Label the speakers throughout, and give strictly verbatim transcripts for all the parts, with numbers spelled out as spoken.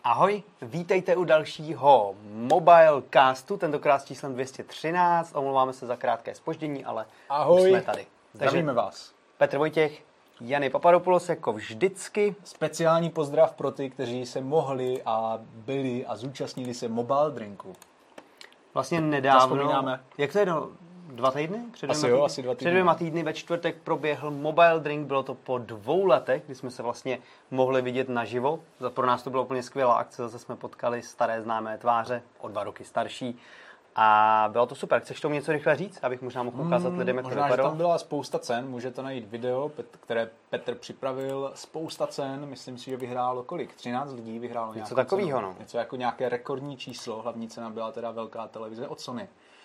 Speaker 1: Ahoj, vítejte u dalšího Mobilecastu, tentokrát s číslem dvě stě třináct. Omlouváme se za krátké zpoždění, ale
Speaker 2: Ahoj,
Speaker 1: už jsme tady.
Speaker 2: Zdravíme vás.
Speaker 1: Petr Vojtěch, Jany Papadopoulos jako vždycky.
Speaker 2: Speciální pozdrav pro ty, kteří se mohli a byli a zúčastnili se Mobile Drinku.
Speaker 1: Vlastně nedávno.
Speaker 2: Zaspomínáme.
Speaker 1: Jak to je, no, dva týdny? Před
Speaker 2: asi
Speaker 1: dvěma
Speaker 2: jo,
Speaker 1: týdny?
Speaker 2: asi dva týdny.
Speaker 1: Před dvěma týdny ve čtvrtek proběhl Mobile Drink, bylo to po dvou letech, kdy jsme se vlastně mohli vidět naživo. Pro nás to byla úplně skvělá akce, zase jsme potkali staré známé tváře, o dva roky starší. A bylo to super. Chceš tomu něco rychle říct, abych možná mohl ukázat hmm, lidem, jak
Speaker 2: možná,
Speaker 1: to vypadalo?
Speaker 2: Možná, že tam byla spousta cen, můžete najít video, které Petr připravil, spousta cen, myslím si, že vyhrálo kolik? třináct lidí vyhrálo
Speaker 1: něco takového, no.
Speaker 2: Něco jako nějaké rekordní číslo, hlavní cena byla teda velká televize od Sony.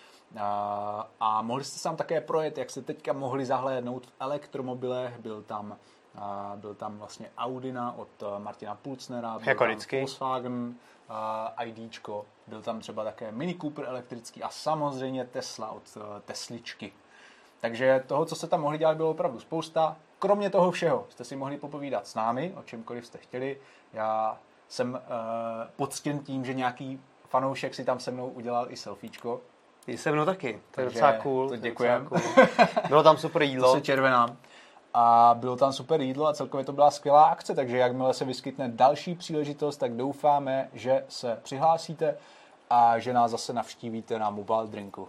Speaker 2: A, a mohli jste se tam také projet, jak se teďka mohli zahlédnout v elektromobilech, byl tam, a, byl tam vlastně Audina od Martina Pulcnera, byl
Speaker 1: jako
Speaker 2: tam
Speaker 1: vždycky.
Speaker 2: Volkswagen, IDčko, byl tam třeba také Mini Cooper elektrický a samozřejmě Tesla od uh, Tesličky. Takže toho, co se tam mohli dělat, bylo opravdu spousta. Kromě toho všeho jste si mohli popovídat s námi, o čemkoliv jste chtěli. Já jsem uh, poctěn tím, že nějaký fanoušek si tam se mnou udělal i selfiečko.
Speaker 1: I se mnou taky, to je
Speaker 2: Takže
Speaker 1: docela cool.
Speaker 2: To děkujem.
Speaker 1: Cool. Bylo tam super jídlo.
Speaker 2: To se červenám. A bylo tam super jídlo a celkově to byla skvělá akce, takže jakmile se vyskytne další příležitost, tak doufáme, že se přihlásíte a že nás zase navštívíte na Mobile Drinku.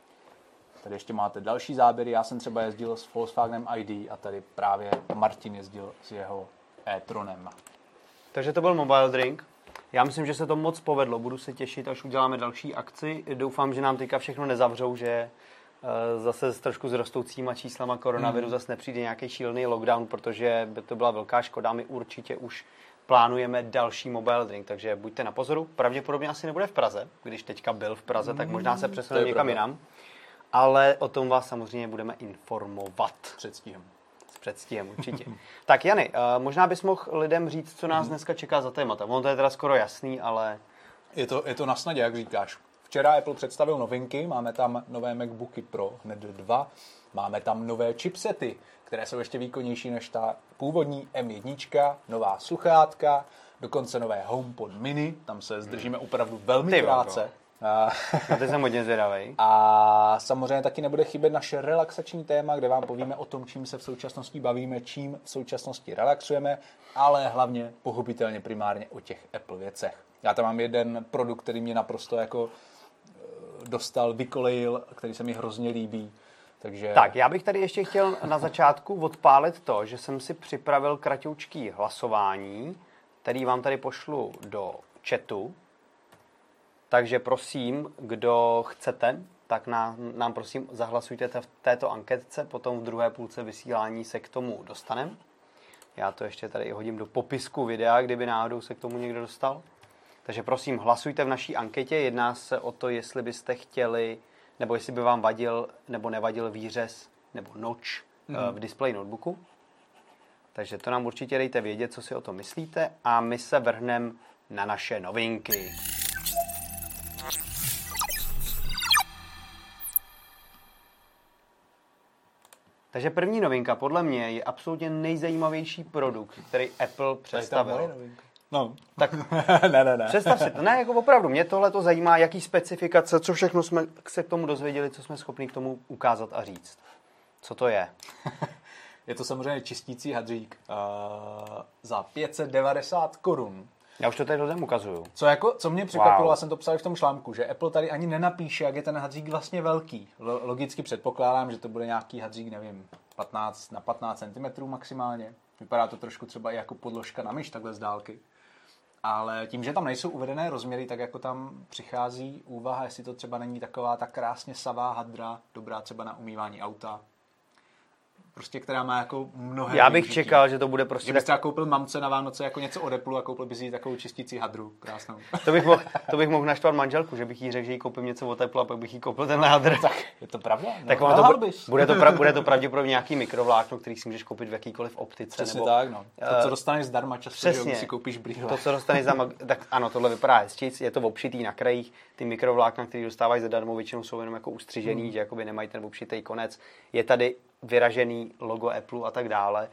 Speaker 2: Tady ještě máte další záběry, já jsem třeba jezdil s Volkswagenem I D a tady právě Martin jezdil s jeho e-tronem.
Speaker 1: Takže to byl Mobile Drink. Já myslím, že se to moc povedlo, budu se těšit, až uděláme další akci. Doufám, že nám teďka všechno nezavřou, že zase s trošku s rostoucíma číslama koronaviru mm. zase nepřijde nějaký šílený lockdown, protože by to byla velká škoda. My určitě už plánujeme další Mobile Drink, takže buďte na pozoru. Pravděpodobně asi nebude v Praze, když teďka byl v Praze, tak možná se přesune někam jinam. Ale o tom vás samozřejmě budeme informovat.
Speaker 2: S předstihem.
Speaker 1: S předstihem, určitě. Tak Jany, možná bys mohl lidem říct, co nás dneska čeká za témata. Ono to je teda skoro jasný, ale...
Speaker 2: Je to, je to na snadě, jak říkáš. Včera Apple představil novinky, máme tam nové MacBooky Pro, hned dva, máme tam nové chipsety, které jsou ještě výkonnější než ta původní M jedna, nová sluchátka, dokonce nové HomePod Mini, tam se zdržíme opravdu velmi
Speaker 1: Ty
Speaker 2: krátce.
Speaker 1: Na to jsem hodně zvědavej.
Speaker 2: A samozřejmě taky nebude chybět naše relaxační téma, kde vám povíme o tom, čím se v současnosti bavíme, čím v současnosti relaxujeme, ale hlavně pochopitelně primárně o těch Apple věcech. Já tam mám jeden produkt, který mě naprosto jako dostal, vykolejil, který se mi hrozně líbí. Takže...
Speaker 1: Tak, já bych tady ještě chtěl na začátku odpálit to, že jsem si připravil kratoučký hlasování, který vám tady pošlu do chatu. Takže prosím, kdo chcete, tak nám, nám prosím zahlasujte v této anketce, potom v druhé půlce vysílání se k tomu dostaneme. Já to ještě tady hodím do popisku videa, kdyby náhodou se k tomu někdo dostal. Takže prosím, hlasujte v naší anketě. Jedná se o to, jestli byste chtěli, nebo jestli by vám vadil nebo nevadil výřez nebo notch mm-hmm. v displeji notebooku. Takže to nám určitě dejte vědět, co si o tom myslíte a my se vrhneme na naše novinky. Takže první novinka podle mě je absolutně nejzajímavější produkt, který Apple představil.
Speaker 2: No,
Speaker 1: tak
Speaker 2: ne, ne, ne.
Speaker 1: Představ si to. Ne, jako opravdu, mě tohle to zajímá, jaký specifikace, co všechno jsme se k tomu dozvěděli, co jsme schopni k tomu ukázat a říct. Co to je?
Speaker 2: Je to samozřejmě čistící hadřík uh, za pět set devadesát korun.
Speaker 1: Já už to tady lidem ukazuju.
Speaker 2: Co, jako, co mě překvapilo,
Speaker 1: wow.
Speaker 2: Já jsem to psal v tom článku, že Apple tady ani nenapíše, jak je ten hadřík vlastně velký. Logicky předpokládám, že to bude nějaký hadřík, nevím, patnáct na patnáct centimetrů maximálně. Vypadá to trošku třeba i jako podložka na myš, takhle z dálky. Ale tím, že tam nejsou uvedené rozměry, tak jako tam přichází úvaha, jestli to třeba není taková ta krásně savá hadra, dobrá třeba na umývání auta. Prostě, která má jako mnohé
Speaker 1: Já bych
Speaker 2: využití.
Speaker 1: čekal, že to bude prostě...
Speaker 2: Že bys třeba koupil mamce na Vánoce jako něco od Apple a koupil bys jí takovou čistící hadru krásnou.
Speaker 1: To bych mohl, to bych mohl naštvat manželku, že bych jí řekl, že jí koupím něco od Apple a pak bych jí koupil tenhle hadr.
Speaker 2: Tak je to pravda? No,
Speaker 1: tak ono to, bude, to pra, bude to pravděpodobně nějaký mikrovlákno, který si můžeš koupit v jakýkoliv optice.
Speaker 2: Přesně
Speaker 1: nebo,
Speaker 2: tak, no. To, co dostaneš zdarma často,
Speaker 1: přesně,
Speaker 2: že si koupíš brýle.
Speaker 1: To, co dostaneš zdarma, tak ano, tohle vypadá hezčíc, je to obšitý na krajích, ty mikrovlákna, které dostávají zadarmo, většinou jsou jenom jako ustřižený, hmm. že jakoby nemají ten obšitý konec. Je tady vyražený logo Apple a tak dále.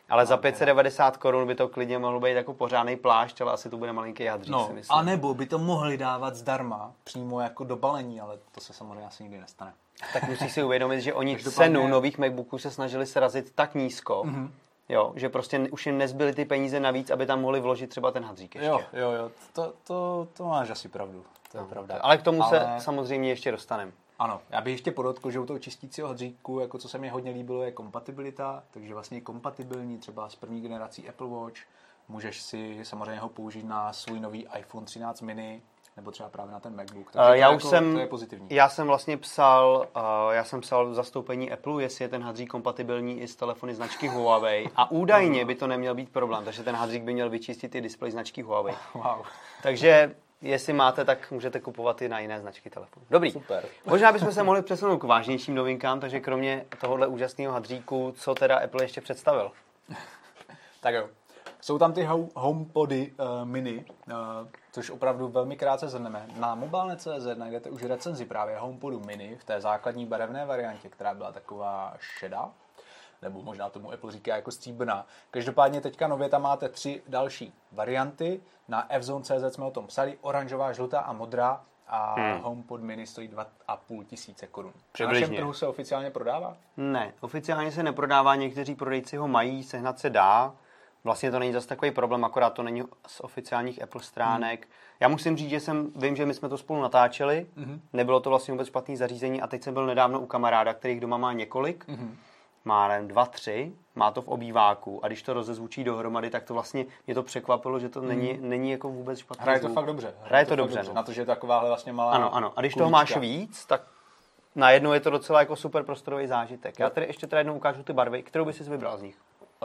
Speaker 1: Ale za pět set devadesát korun by to klidně mohlo být jako pořádný plášť, ale asi to bude malinký hadřík,
Speaker 2: no,
Speaker 1: si myslím.
Speaker 2: A nebo by to mohli dávat zdarma, přímo jako do balení, ale to se samozřejmě asi nikdy nestane.
Speaker 1: Tak musíš si uvědomit, že oni cenu nových MacBooků se snažili srazit tak nízko, mm-hmm. jo, že prostě už jim nezbyly ty peníze navíc, aby tam mohli vložit třeba ten hadřík ještě.
Speaker 2: Jo, jo, jo, to, to, to máš asi pravdu, to je no, pravda.
Speaker 1: Ale k tomu ale... se samozřejmě ještě dostaneme.
Speaker 2: Ano, já bych ještě podotkl, že u toho čistícího hadříku, jako co se mi hodně líbilo, je kompatibilita, takže vlastně kompatibilní třeba s první generací Apple Watch, můžeš si samozřejmě ho použít na svůj nový iPhone třináct mini, nebo třeba právě na ten MacBook, takže uh, já to, už jako, jsem, to je pozitivní.
Speaker 1: Já jsem vlastně psal, uh, já jsem psal v zastoupení Apple, jestli je ten hadřík kompatibilní i s telefony značky Huawei a údajně by to neměl být problém, takže ten hadřík by měl vyčistit i displej značky Huawei.
Speaker 2: Wow.
Speaker 1: Takže jestli máte, tak můžete kupovat i na jiné značky telefonů. Dobrý.
Speaker 2: Super.
Speaker 1: Možná bychom se mohli přesunout k vážnějším novinkám, takže kromě tohohle úžasného hadříku, co teda Apple ještě představil?
Speaker 2: Tak jo. Jsou tam ty HomePody uh, mini, uh, což opravdu velmi krátce zhrneme. Na mobilne tečka cé zet najdete už recenzi právě HomePodu mini v té základní barevné variantě, která byla taková šedá, nebo možná tomu Apple říká jako stříbrná. Každopádně teďka nově tam máte tři další varianty. Na f zone tečka cé zet jsme o tom psali, oranžová, žlutá a modrá a hmm. HomePod mini stojí dva a půl tisíce korun. Na našem trhu se oficiálně prodává?
Speaker 1: Ne, oficiálně se neprodává, někteří prodejci ho mají, sehnat se dá. Vlastně to není zase takový problém, akorát to není z oficiálních Apple stránek. Hmm. Já musím říct, že jsem, vím, že my jsme to spolu natáčeli, hmm. nebylo to vlastně vůbec špatný zařízení a teď jsem byl nedávno u kamaráda, který doma má několik, hmm. má nevím, dva, tři, má to v obýváku a když to rozezvučí dohromady, tak to vlastně mě to překvapilo, že to hmm. není, není jako vůbec špatný
Speaker 2: Hraje
Speaker 1: zvuk.
Speaker 2: to fakt dobře.
Speaker 1: Hraje, Hraje to, to dobře. dobře.
Speaker 2: No. Na to, že je takováhle vlastně malá
Speaker 1: Ano, ano. A když
Speaker 2: kulička.
Speaker 1: toho máš víc, tak najednou je to docela jako super prostorový zážitek. Já tady ještě teda jednou ukážu ty barvy, kterou bys si vybral z nich.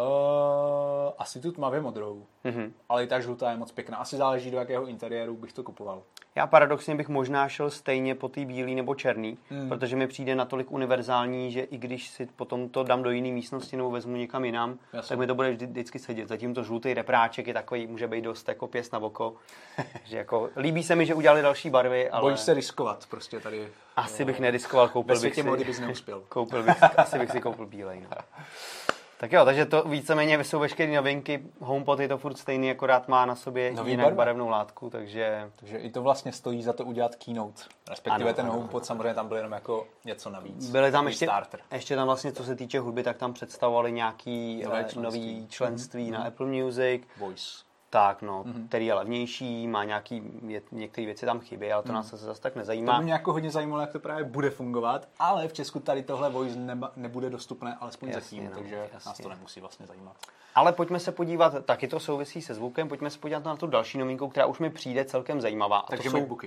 Speaker 2: Uh, asi tu tmavě modrou,
Speaker 1: mm-hmm.
Speaker 2: ale i ta žlutá je moc pěkná. Asi záleží, do jakého interiéru bych to kupoval.
Speaker 1: Já paradoxně bych možná šel stejně po té bílý nebo černý, mm. protože mi přijde natolik univerzální, že i když si potom to dám do jiné místnosti nebo vezmu někam jinam, Jasně. tak mi to bude vždy, vždycky sedět. Zatímto žlutý repráček je takový, může být dost jako pěst na oko. že jako, líbí se mi, že udělali další barvy, ale...
Speaker 2: Bojíš se riskovat prostě tady.
Speaker 1: Asi bych neriskoval, koupil bych si...
Speaker 2: mody bys neuspěl.
Speaker 1: koupil bych, asi bych si koupil bílej, no. Tak jo, takže to víceméně jsou veškeré novinky. HomePod je to furt stejný, akorát má na sobě Nový jinak barva. barevnou látku, takže...
Speaker 2: Takže i to vlastně stojí za to udělat keynote. Respektive ano, ten ano, HomePod ano. samozřejmě tam byl jenom jako něco navíc.
Speaker 1: Byly tam ještě, ještě tam vlastně, co se týče hudby, tak tam představovali nějaký nové členství, nový členství mm-hmm. na Apple Music.
Speaker 2: Voice.
Speaker 1: Tak, no, mm-hmm. který je levnější, má nějaký, je, některé věci tam chybí, ale to mm. nás se zase tak nezajímá.
Speaker 2: To by mě jako hodně zajímalo, jak to právě bude fungovat, ale v Česku tady tohle voice neba, nebude dostupné, alespoň jasně, zatím, no, takže jasně. nás to nemusí vlastně zajímat.
Speaker 1: Ale pojďme se podívat, taky to souvisí se zvukem, pojďme se podívat na tu další novinku, která už mi přijde celkem zajímavá.
Speaker 2: Takže
Speaker 1: to jsou...
Speaker 2: MacBooky.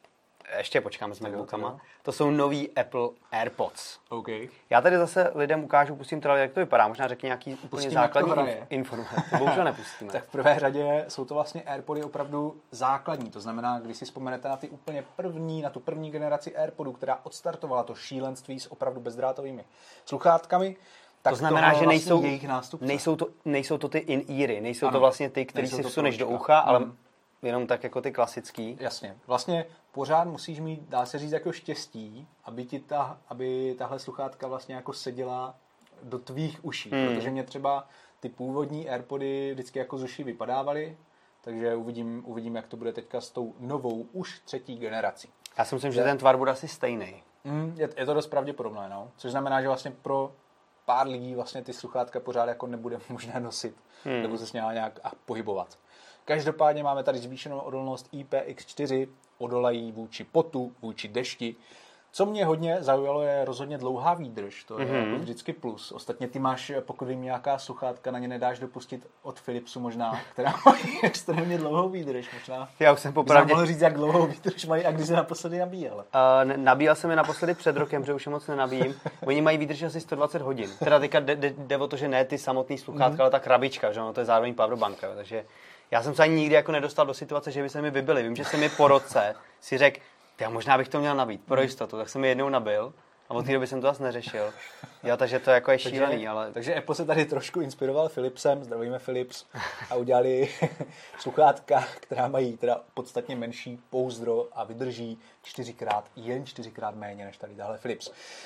Speaker 1: Ještě počkáme s MacBookama. To jsou nový Apple AirPods.
Speaker 2: Okay.
Speaker 1: Já tady zase lidem ukážu, pustím teda, jak to vypadá. Možná řekni nějaký úplně pustím, základní informace. Bohužel nepustíme.
Speaker 2: Tak v prvé řadě jsou to vlastně AirPody opravdu základní. To znamená, když si vzpomenete na ty úplně první, na tu první generaci AirPodů, která odstartovala to šílenství s opravdu bezdrátovými sluchátkami, tak
Speaker 1: to znamená, že nejsou,
Speaker 2: jejich nástupce.
Speaker 1: Nejsou to, nejsou to ty in-eary, nejsou ano, to vlastně ty, který si vsuneš do ucha, ale hmm. jenom tak jako ty klasický.
Speaker 2: Jasně. Vlastně pořád musíš mít, dá se říct, jako štěstí, aby ti ta, aby tahle sluchátka vlastně jako seděla do tvých uší. Hmm. Protože mě třeba ty původní AirPody vždycky jako z uší vypadávaly, takže uvidím, uvidím, jak to bude teďka s tou novou už třetí generací.
Speaker 1: Já si myslím, že ten tvar bude asi stejný.
Speaker 2: Mm, je, je to dost pravděpodobné, no. Což znamená, že vlastně pro pár lidí vlastně ty sluchátka pořád jako nebude možné nosit, hmm. nebo se s něma nějak pohybovat. Každopádně máme tady zvýšenou odolnost I P X čtyři, odolají vůči potu, vůči dešti. Co mě hodně zaujalo, je rozhodně dlouhá výdrž, to je mm-hmm. jako vždycky plus. Ostatně ty máš, pokud jim nějaká sluchátka, na ně nedáš dopustit od Philipsu možná, která mají extrémně dlouhou výdrž možná.
Speaker 1: Já už jsem popravdě...
Speaker 2: mohl říct, jak dlouhou výdrž mají a když se naposledy nabíjel.
Speaker 1: Uh, nabíjel jsem je naposledy před rokem, protože už je moc nenabíjím. Oni mají výdrž asi sto dvacet hodin. Teda teďka jde, jde, jde o to, že ne ty samotný sluchátka, mm-hmm. ale ta krabička, že no, to je zároveň powerbanka, takže já jsem se ani nikdy jako nedostal do situace, že by se mi vybily. Vím, že jsem mi po roce si řekl, já možná bych to měl nabít pro jistotu, tak jsem mi jednou nabil a od té doby jsem to zase neřešil. Jo, takže to jako je šílený, takže, ale...
Speaker 2: Takže Apple se tady trošku inspiroval Philipsem, zdravíme Philips, a udělali sluchátka, která mají teda podstatně menší pouzdro a vydrží čtyřikrát, jen čtyřikrát méně než tady tahle Philips.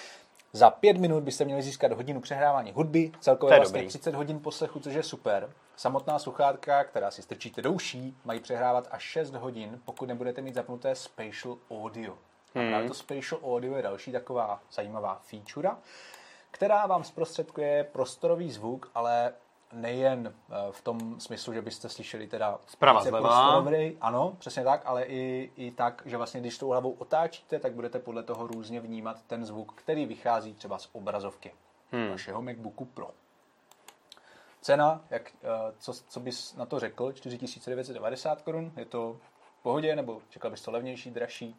Speaker 2: Za pět minut byste měli získat hodinu přehrávání hudby, celkově vlastně dobrý. třicet hodin poslechu, což je super. Samotná sluchátka, která si strčíte do uší, mají přehrávat až šest hodin, pokud nebudete mít zapnuté Spatial Audio. Hmm. A právě to Spatial Audio je další taková zajímavá feature, která vám zprostředkuje prostorový zvuk, ale nejen v tom smyslu, že byste slyšeli teda
Speaker 1: zprava zleva.
Speaker 2: Ano, přesně tak, ale i, i tak, že vlastně když tou hlavou otáčíte, tak budete podle toho různě vnímat ten zvuk, který vychází třeba z obrazovky hmm. vašeho MacBooku Pro. Cena, jak, co, co bys na to řekl, čtyři tisíce devět set devadesát korun, je to v pohodě, nebo čekal bys to levnější, dražší?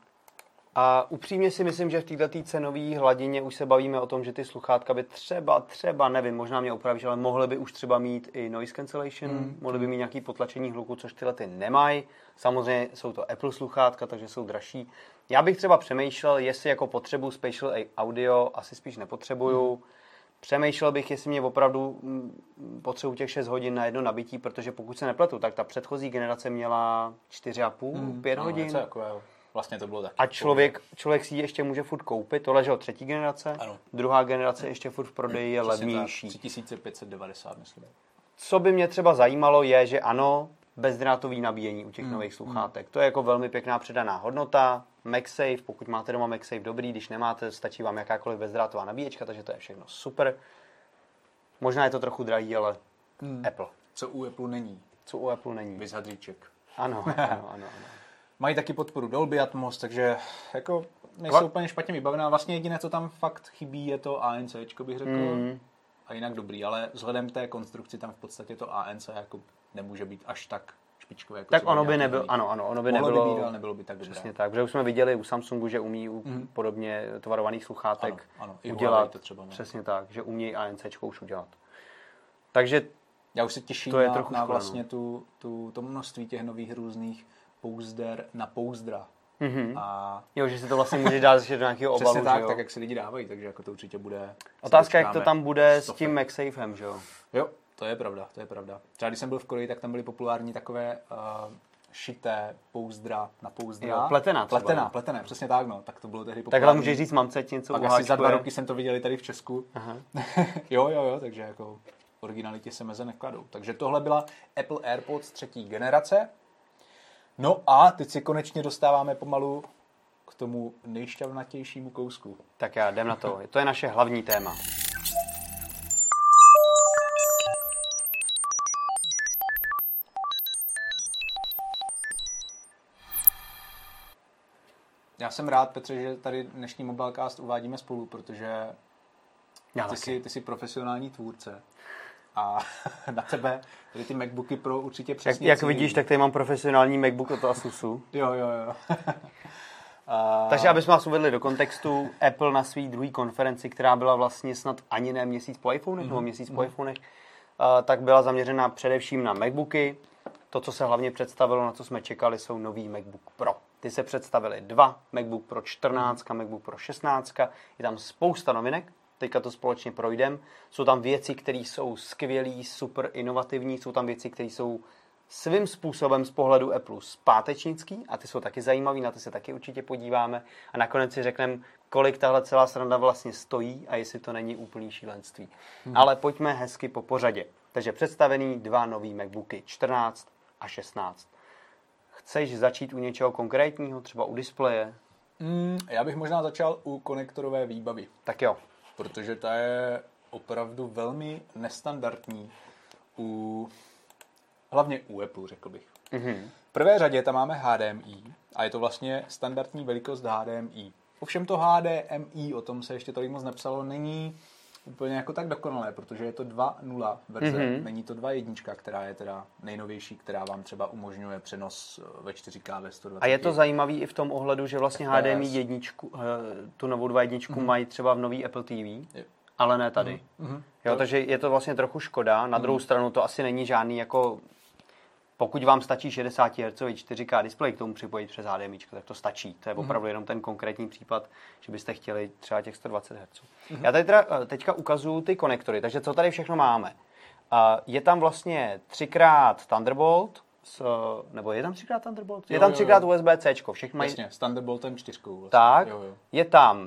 Speaker 1: A upřímně si myslím, že v této cenové hladině už se bavíme o tom, že ty sluchátka by třeba, třeba, nevím, možná mě opravíš, ale mohly by už třeba mít i noise cancellation, mm. mohly by mít nějaký potlačení hluku, což tyhle ty nemají. Samozřejmě jsou to Apple sluchátka, takže jsou dražší. Já bych třeba přemýšlel, jestli jako potřebuji Spatial Audio, asi spíš nepotřebuju. Mm. Přemýšlel bych, jestli mě opravdu potřebuji těch šest hodin na jedno nabití, protože pokud se nepletu, tak ta předchozí generace měla čtyři a půl, mm. pět hodin.
Speaker 2: No, vlastně to bylo taky.
Speaker 1: A člověk, člověk si ji ještě může furt koupit, tohle je třetí generace, ano. Druhá generace ještě furt v prodeji je levnější.
Speaker 2: tři tisíce pět set devadesát, myslím.
Speaker 1: Co by mě třeba zajímalo je, že ano, bezdrátový nabíjení u těch mm. nových sluchátek. Mm. To je jako velmi pěkná přidaná hodnota. MagSafe, pokud máte doma MagSafe, dobrý, když nemáte, stačí vám jakákoliv bezdrátová nabíječka, takže to je všechno super. Možná je to trochu drahý, ale mm. Apple.
Speaker 2: Co u Apple není.
Speaker 1: Co u Apple není.
Speaker 2: Vys hadříček.
Speaker 1: Ano, ano, ano, ano.
Speaker 2: Mají taky podporu Dolby Atmos, takže jako nejsou Kla- úplně špatně vybavená. Vlastně jediné, co tam fakt chybí, je to A N C, bych řekl. Mm. A jinak dobrý, ale vzhledem k té konstrukci tam v podstatě to A N C jako nemůže být až tak špičkové. Jako
Speaker 1: tak ono by nebylo, ano, ano, ono by
Speaker 2: Mohlo
Speaker 1: nebylo,
Speaker 2: by být, ale nebylo by tak dobré.
Speaker 1: Přesně tak, protože už jsme viděli u Samsungu, že umí u mm. podobně tvarovaných sluchátek
Speaker 2: ano, ano,
Speaker 1: udělat,
Speaker 2: to třeba,
Speaker 1: přesně tak, že umějí A N C už udělat. Takže
Speaker 2: já už se těším na, na škoda, vlastně tu, tu, to množství těch nových různých pouzder na pouzdra.
Speaker 1: Mm-hmm. A jo, že si to vlastně může dát ještě do nějakého obalu,
Speaker 2: přesně tak,
Speaker 1: jo?
Speaker 2: tak, jak si lidi dávají, takže jako to určitě bude...
Speaker 1: Otázka, jak to tam bude s tím MagSafem, že jo?
Speaker 2: Jo, to je pravda, to je pravda. Třeba když jsem byl v Koreji, tak tam byly populární takové uh, šité pouzdra na pouzdra.
Speaker 1: Jo, pletená třeba.
Speaker 2: Pletená, pletené, přesně tak, no. Tak to bylo tehdy populární.
Speaker 1: Takhle můžeš říct mamce něco
Speaker 2: uháčkuje. Asi za dva roky jsem to viděli tady v Česku. Aha. jo, jo, jo, takže jako originalitě se meze nekladou. Takže tohle byla Apple AirPods třetí generace. No a teď si konečně dostáváme pomalu k tomu nejšťavnatějšímu kousku.
Speaker 1: Tak já jdem na to. To je naše hlavní téma.
Speaker 2: Já jsem rád, Petře, že tady dnešní Mobilecast uvádíme spolu, protože ty jsi, ty jsi profesionální tvůrce. A na tebe tady ty MacBooky Pro určitě přesně
Speaker 1: Jak, jak vidíš, tak tady mám profesionální MacBook od Asusu.
Speaker 2: jo, jo, jo.
Speaker 1: a... Takže abychom vás uvedli do kontextu, Apple na své druhé konferenci, která byla vlastně snad ani ne měsíc po iPhonech, mm-hmm. nebo měsíc mm-hmm. po iPhonech, uh, tak byla zaměřena především na MacBooky. To, co se hlavně představilo, na co jsme čekali, jsou nový MacBook Pro. Ty se představili dva, MacBook Pro čtrnáct, mm-hmm. MacBook Pro šestnáct, je tam spousta novinek. Teďka to společně projdem. Jsou tam věci, které jsou skvělý, super inovativní, jsou tam věci, které jsou svým způsobem z pohledu Apple zpátečnický a ty jsou taky zajímavý, na ty se taky určitě podíváme a nakonec si řekneme, kolik tahle celá sranda vlastně stojí a jestli to není úplný šílenství. Hmm. Ale pojďme hezky po pořadě. Takže představený dva nový MacBooky, čtrnáct a šestnáct. Chceš začít u něčeho konkrétního, třeba u displeje?
Speaker 2: Mm, já bych možná začal u konektorové výbavy.
Speaker 1: Tak jo.
Speaker 2: Protože ta je opravdu velmi nestandardní u, hlavně u Apple, řekl bych. Mm-hmm. V prvé řadě tam máme H D M I a je to vlastně standardní velikost H D M I. Ovšem to H D M I, o tom se ještě tolik moc nepsalo, není úplně jako tak dokonalé, protože je to dva tečka nula verze, mm-hmm. není to dva tečka jedna, která je teda nejnovější, která vám třeba umožňuje přenos ve čtyři ká ve sto dvacet.
Speaker 1: A je to zajímavý i v tom ohledu, že vlastně H D M I jedničku, tu novou dva tečka jedna mm-hmm. mají třeba v nový Apple T V, je. ale ne tady. Mm-hmm. Jo, takže je to vlastně trochu škoda. Na mm-hmm. druhou stranu to asi není žádný jako... Pokud vám stačí šedesát hertzů čtyři ká displej k tomu připojit přes H D M I, tak to stačí. To je opravdu jenom ten konkrétní případ, že byste chtěli třeba těch sto dvacet hertzů. Mm-hmm. Já tady teda teďka ukazuju ty konektory, takže co tady všechno máme? Je tam vlastně třikrát Thunderbolt, s, nebo je tam třikrát Thunderbolt? Je tam třikrát U S B C, všechno mají...
Speaker 2: Jasně, s Thunderboltem čtyřkou. Vlastně.
Speaker 1: Tak,
Speaker 2: jo, jo.
Speaker 1: Je tam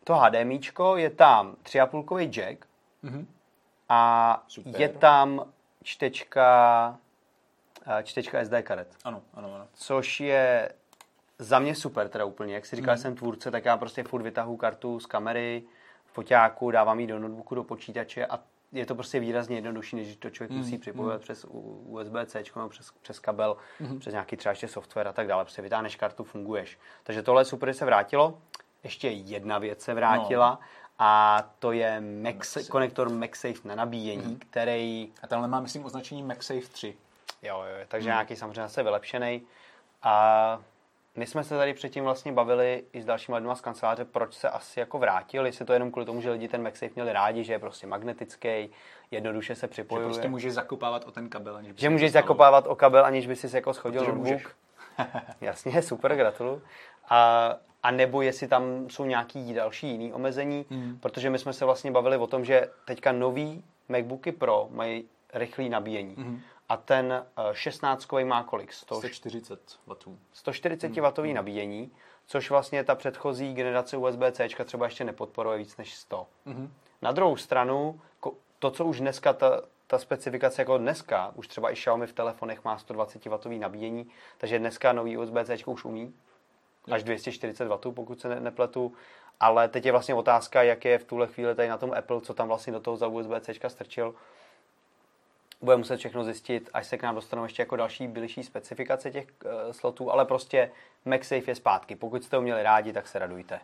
Speaker 1: to HDMIčko, je tam tři a půl kový jack
Speaker 2: Mm-hmm.
Speaker 1: a
Speaker 2: Super.
Speaker 1: je tam čtečka, čtečka S D karet.
Speaker 2: Ano, ano, ano.
Speaker 1: Což je za mě super teda úplně. Jak si říkal,
Speaker 2: Mm.
Speaker 1: jsem tvůrce, tak já prostě furt vytahu kartu z kamery, v foťáku, dávám ji do notebooku, do počítače a je to prostě výrazně jednodušší, než to člověk
Speaker 2: Mm.
Speaker 1: musí připojovat
Speaker 2: mm.
Speaker 1: přes U S B C, nebo přes, přes kabel,
Speaker 2: Mm.
Speaker 1: přes nějaký třeba ještě software a tak dále. Prostě vytáhneš kartu, funguješ. Takže tohle je super, že se vrátilo. Ještě jedna věc se vrátila no. a to je Max, MagSafe. konektor MagSafe na nabíjení, mm. který...
Speaker 2: A tenhle má, myslím, označení MagSafe tři.
Speaker 1: Jo, jo, takže mm. nějaký samozřejmě zase vylepšený. A my jsme se tady předtím vlastně bavili i s dalšíma lidma z kanceláře, proč se asi jako vrátil, jestli to jenom kvůli tomu, že lidi ten MagSafe měli rádi, že je prostě magnetický, jednoduše se připojuje.
Speaker 2: Že prostě můžeš zakopávat o ten kabel, aniž by
Speaker 1: Že můžeš zakopávat o kabel, aniž by si jako schodil
Speaker 2: Protože
Speaker 1: notebook. Jasně, super, gratuluju. A, a nebo jestli tam jsou nějaký další jiný omezení, mm. protože my jsme se vlastně bavili o tom, že teďka nový MacBooky Pro mají rychlé nabíjení. Mm. A ten šestnáctkový má kolik?
Speaker 2: sto čtyřicet wattů.
Speaker 1: sto čtyřicet wattové nabíjení, což vlastně ta předchozí generace U S B C třeba ještě nepodporuje víc než sto. Mm-hmm. Na druhou stranu, to, co už dneska, ta, ta specifikace jako dneska, už třeba i Xiaomi v telefonech má sto dvacet wattové nabíjení, takže dneska nový U S B C už umí až dvě stě čtyřicet wattů, pokud se ne, nepletu. Ale teď je vlastně otázka, jak je v tuhle chvíli tady na tom Apple, co tam vlastně do toho za U S B C strčil. Budeme muset všechno zjistit, až se k nám dostanou ještě jako další bližší specifikace těch uh, slotů, ale prostě MagSafe je zpátky. Pokud jste ho měli rádi, tak se radujte.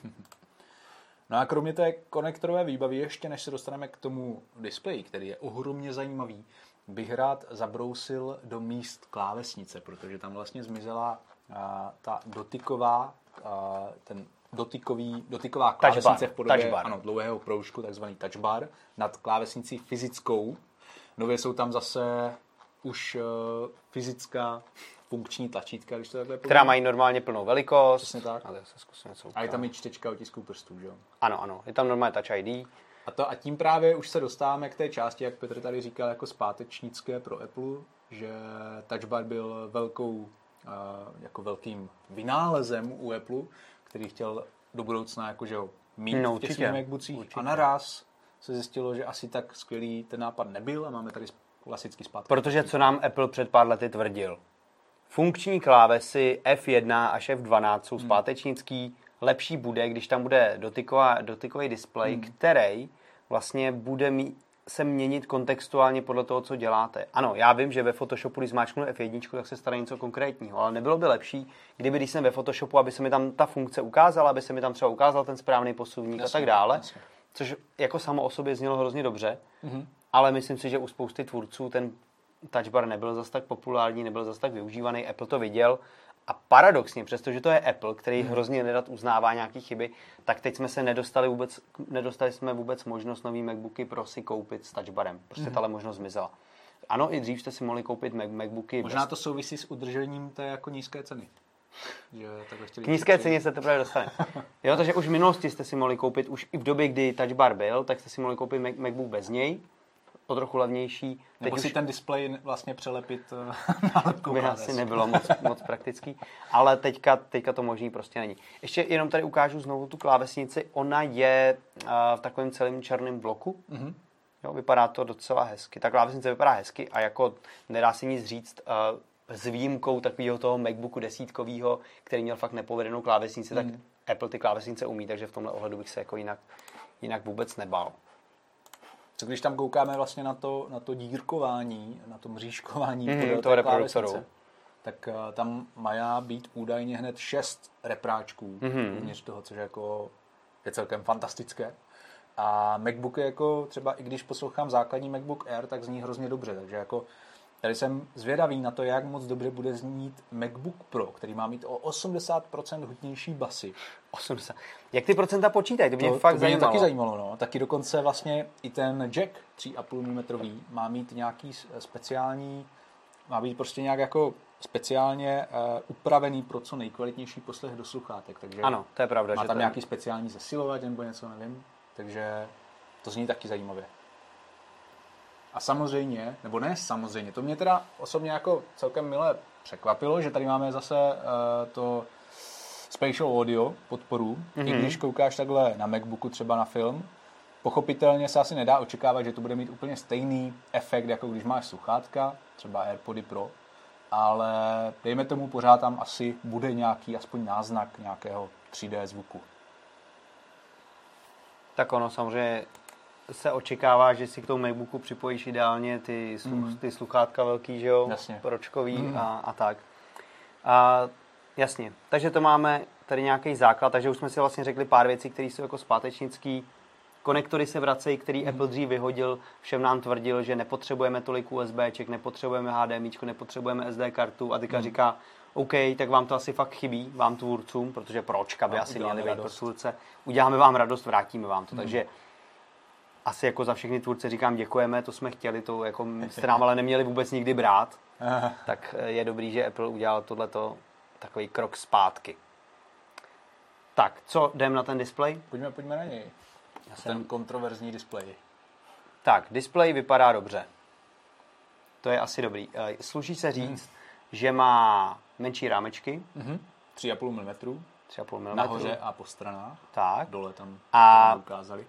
Speaker 2: No a kromě té konektorové výbavy, ještě než se dostaneme k tomu displeji, který je ohromně zajímavý, bych rád zabrousil do míst klávesnice, protože tam vlastně zmizela uh, ta dotyková, uh, ten dotykový, dotyková klávesnice v podobě ano, dlouhého proužku, takzvaný touch bar, nad klávesnicí fyzickou. Nově jsou tam zase už uh, fyzická funkční tlačítka, když to takhle povím.
Speaker 1: Která mají normálně plnou velikost.
Speaker 2: Přesně tak.
Speaker 1: A, se zkusím něco
Speaker 2: a je tam i čtečka otisků prstů, že jo?
Speaker 1: Ano, ano. Je tam normálně Touch I D.
Speaker 2: A, to, a tím právě už se dostáváme k té části, jak Petr tady říkal, jako zpátečnické pro Apple, že Touch Bar byl velkou, uh, jako velkým vynálezem u Apple, který chtěl do budoucna jakože ho mít no, v těch svých MacBoocích. A naraz se zjistilo, že asi tak skvělý ten nápad nebyl a máme tady klasický zpátky.
Speaker 1: Protože co nám Apple před pár lety tvrdil? Funkční klávesy F jedna až F dvanáct jsou hmm. zpátečnický. Lepší bude, když tam bude dotyková, dotykový displej, hmm. který vlastně bude mít, se měnit kontextuálně podle toho, co děláte. Ano, já vím, že ve Photoshopu, když zmáčknu F jedna, tak se stará něco konkrétního, ale nebylo by lepší, kdyby, když jsem ve Photoshopu, aby se mi tam ta funkce ukázala, aby se mi tam třeba ukázal ten správný posuvník jasně, a tak dále. Jasně. Což jako samo o sobě znělo hrozně dobře, mm-hmm. ale myslím si, že u spousty tvůrců ten Touch Bar nebyl zas tak populární, nebyl zas tak využívaný, Apple to viděl a paradoxně, přestože to je Apple, který mm-hmm. hrozně nerad uznává nějaké chyby, tak teď jsme se nedostali vůbec, nedostali jsme vůbec možnost nový MacBooky Pro si koupit s Touch Barem. Prostě mm-hmm. tahle možnost zmizela. Ano, i dřív jste si mohli koupit Mac, MacBooky.
Speaker 2: Možná to souvisí s udržením té jako nízké ceny.
Speaker 1: K nízké ceně se teprve dostane. Jo, takže už v minulosti jste si mohli koupit, už i v době, kdy Touch Bar byl, tak jste si mohli koupit Mac, MacBook bez něj, o trochu levnější. Teď
Speaker 2: nebo
Speaker 1: už
Speaker 2: si ten displej vlastně přelepit na lepkou
Speaker 1: by asi nebylo moc, moc praktický, ale teďka, teďka to možný prostě není. Ještě jenom tady ukážu znovu tu klávesnici, ona je uh, v takovém celém černém bloku. Mm-hmm. Jo, vypadá to docela hezky. Ta klávesnice vypadá hezky a jako nedá se nic říct, uh, s výjimkou takového toho MacBooku desítkového, který měl fakt nepovedenou klávesnici, mm. tak Apple ty klávesnice umí, takže v tomhle ohledu bych se jako jinak, jinak vůbec nebál.
Speaker 2: Co když tam koukáme vlastně na to, na to dírkování, na to mřížkování
Speaker 1: mm, toho reproduktoru,
Speaker 2: tak uh, tam má být údajně hned šest repráčků mm-hmm. uvnitř toho, což je jako je celkem fantastické. A MacBook je jako třeba, i když poslouchám základní MacBook Air, tak zní hrozně dobře, takže jako tady jsem zvědavý na to, jak moc dobře bude znít MacBook Pro, který má mít o osmdesát procent hutnější basy.
Speaker 1: osmdesát Jak ty procenta počítají? To mě
Speaker 2: to,
Speaker 1: fakt
Speaker 2: to
Speaker 1: zajímalo.
Speaker 2: Mě taky zajímalo, no. Taky dokonce vlastně i ten jack tři a půl milimetrový má mít nějaký speciální, má být prostě nějak jako speciálně uh, upravený pro co nejkvalitnější poslech do sluchátek. Takže
Speaker 1: ano, to je pravda.
Speaker 2: Má
Speaker 1: že
Speaker 2: tam
Speaker 1: to
Speaker 2: nějaký speciální zesilovač nebo něco, nevím. Takže to zní taky zajímavě. A samozřejmě, nebo ne samozřejmě, to mě teda osobně jako celkem milé překvapilo, že tady máme zase uh, to spatial audio podporu,
Speaker 1: mm-hmm.
Speaker 2: i když koukáš takhle na MacBooku třeba na film. Pochopitelně se asi nedá očekávat, že to bude mít úplně stejný efekt, jako když máš sluchátka, třeba AirPody Pro, ale dejme tomu pořád tam asi bude nějaký aspoň náznak nějakého tři dé zvuku.
Speaker 1: Tak ono samozřejmě se očekává, že si k tomu MacBooku připojíš ideálně ty, sluch, mm. ty sluchátka velký, že jo,
Speaker 2: jasně.
Speaker 1: pročkový
Speaker 2: mm.
Speaker 1: a, a tak. A jasně, takže to máme tady nějaký základ, takže už jsme si vlastně řekli pár věcí, které jsou jako zpátečnický. Konektory se vracejí, který mm. Apple dřív vyhodil, všem nám tvrdil, že nepotřebujeme tolik USBček, nepotřebujeme HDMIčko, nepotřebujeme S D kartu a teďka mm. říká, OK, tak vám to asi fakt chybí, vám tvůrcům, protože pročka by no, asi měli být pro tvůrce. Uděláme vám radost, vrátíme vám to, mm. takže asi jako za všechny tvůrce říkám děkujeme, to jsme chtěli, to jako jste nám ale neměli vůbec nikdy brát, tak je dobrý, že Apple udělal tohleto takový krok zpátky. Tak, co jdem na ten displej?
Speaker 2: Pojďme, pojďme na něj. Já jsem... Ten kontroverzní displej.
Speaker 1: Tak, displej vypadá dobře. To je asi dobrý. Sluší se říct, mm. že má menší rámečky.
Speaker 2: Mm-hmm. tři a půl milimetru.
Speaker 1: tři a půl milimetru.
Speaker 2: Nahoře a po stranách.
Speaker 1: Tak.
Speaker 2: Dole tam
Speaker 1: a
Speaker 2: to ukázali.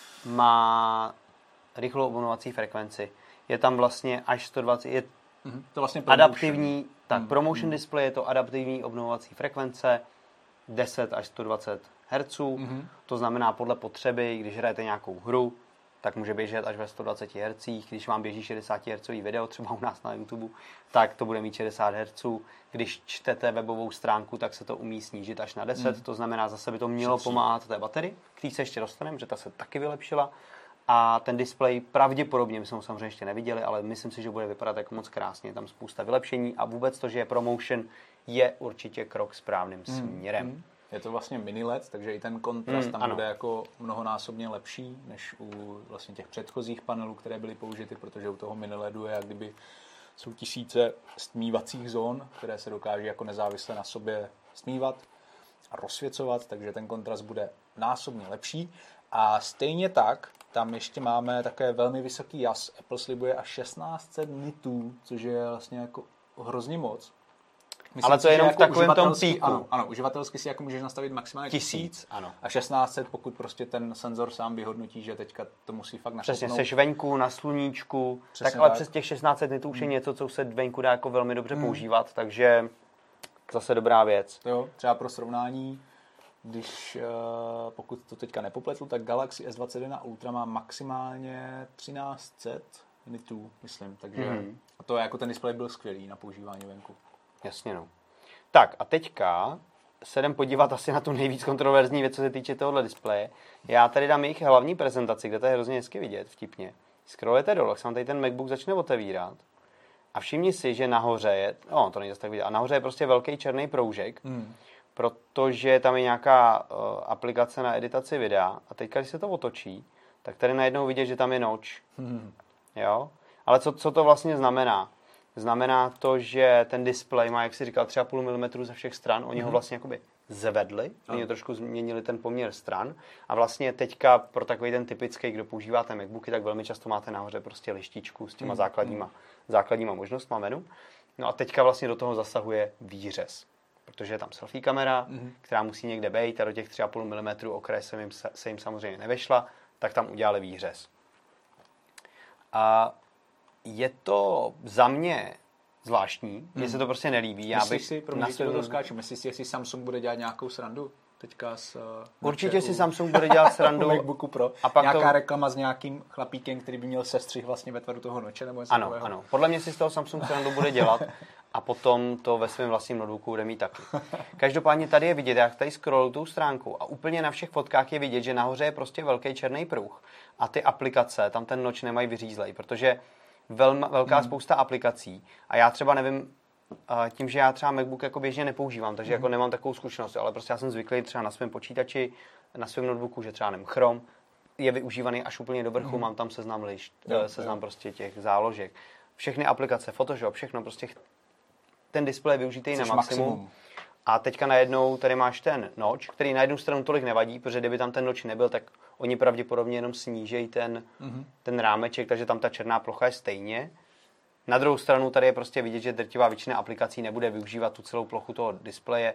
Speaker 1: Má rychlou obnovací frekvenci. Je tam vlastně až sto dvacet... Je
Speaker 2: mm-hmm. To vlastně
Speaker 1: adaptivní... Tak,
Speaker 2: mm.
Speaker 1: pro motion display je to adaptivní obnovací frekvence deset až sto dvacet hertzů. Mm-hmm. To znamená podle potřeby, když hrajete nějakou hru, tak může běžet až ve sto dvacet hertzů. Když vám běží šedesát hertzů video, třeba u nás na YouTube, tak to bude mít šedesát hertzů. Když čtete webovou stránku, tak se to umí snížit až na deset. Mm. To znamená, zase by to mělo Přesný. pomáhat té baterii, který se ještě dostaneme, že ta se taky vylepšila. A ten displej pravděpodobně, my jsme ho samozřejmě ještě neviděli, ale myslím si, že bude vypadat jako moc krásně. Je tam spousta vylepšení a vůbec to, že je ProMotion, je určitě krok správným mm. směrem. Mm.
Speaker 2: Je to vlastně mini L E D, takže i ten kontrast mm, tam
Speaker 1: ano.
Speaker 2: bude jako mnohonásobně lepší než u vlastně těch předchozích panelů, které byly použity, protože u toho mini L E D je, jak kdyby jsou tisíce stmívacích zón, které se dokáží jako nezávisle na sobě stmívat a rozsvěcovat, takže ten kontrast bude násobně lepší. A stejně tak, tam ještě máme také velmi vysoký jas. Apple slibuje až šestnáct set nitů, což je vlastně jako hrozně moc. Myslím
Speaker 1: ale to je jenom
Speaker 2: jako
Speaker 1: v takovém tom píku.
Speaker 2: Ano, ano, uživatelsky si jako můžeš nastavit maximálně tisíc
Speaker 1: ano.
Speaker 2: a šestnáct set, pokud prostě ten senzor sám vyhodnotí, že teďka to musí fakt našetnout.
Speaker 1: Přesně, seš venku, na sluníčku, Přesně tak ale tak. Přes těch šestnáct set nitů už je hmm. něco, co se venku dá jako velmi dobře hmm. používat, takže zase dobrá věc.
Speaker 2: Jo, třeba pro srovnání, když pokud to teďka nepopletl, tak Galaxy S dvacet jedna Ultra má maximálně třináct set nitů, myslím, takže hmm. a to je jako ten displej byl skvělý na používání venku.
Speaker 1: Jasně, no. Tak a teďka se jdem podívat asi na tu nejvíc kontroverzní věc, co se týče tohohle displeje. Já tady dám jejich hlavní prezentaci, kde to je hrozně hezky vidět, vtipně. Scrollujete dole, se vám tady ten MacBook začne otevírat a všimni si, že nahoře je, no to není zase tak vidět, a nahoře je prostě velký černý proužek, hmm. protože tam je nějaká uh, aplikace na editaci videa a teďka, když se to otočí, tak tady najednou vidět, že tam je noč. Hmm. Jo? Ale co, co to vlastně znamená? Znamená to, že ten displej má, jak si říkal, tři a půl milimetru ze všech stran. Oni mm-hmm. ho vlastně jakoby zvedli, oni trošku změnili ten poměr stran a vlastně teďka pro takový ten typický, kdo používáte MacBooky, tak velmi často máte nahoře prostě lištičku s těma mm-hmm. základníma, základníma možnostma menu. No a teďka vlastně do toho zasahuje výřez, protože je tam selfie kamera, mm-hmm. která musí někde být a do těch tři a půl milimetru okraje se jim, se jim samozřejmě nevešla, tak tam udělali výřez. A je to za mě zvláštní, mně hmm. se to prostě nelíbí. Já bych
Speaker 2: si, pro mě to doskáču, myslíš si, jestli Samsung bude dělat nějakou srandu teďka s...
Speaker 1: Určitě si Samsung bude dělat srandu.
Speaker 2: MacBooku Pro. A pak nějaká to... reklama s nějakým chlapíkem, který by měl sestřih vlastně ve tvaru toho noče, nebo něco
Speaker 1: ano,
Speaker 2: takového.
Speaker 1: Ano, podle mě si z toho Samsung srandu bude dělat a potom to ve svém vlastním notebooku bude mít taky. Každopádně tady je vidět, jak tady scrolluju tou stránku a úplně na všech fotkách je vidět, že nahoře je prostě velký černý pruh a ty aplikace tam ten noč nemají vyřízlej, protože Velma, velká hmm. spousta aplikací a já třeba nevím, tím, že já třeba MacBook jako běžně nepoužívám, takže hmm. jako nemám takovou zkušenost, ale prostě já jsem zvyklý třeba na svém počítači, na svém notebooku, že třeba nevím, Chrome je využívaný až úplně do vrchu, hmm. mám tam seznam lišt, jo, seznam jo. prostě těch záložek. Všechny aplikace, Photoshop, všechno, prostě ten displej je využitý na maximum. maximum. A teďka najednou tady máš ten noč, který na jednu stranu tolik nevadí, protože kdyby tam ten noč nebyl, tak oni pravděpodobně jenom snížejí ten, mm-hmm. ten rámeček, takže tam ta černá plocha je stejně. Na druhou stranu tady je prostě vidět, že drtivá většina aplikací nebude využívat tu celou plochu toho displeje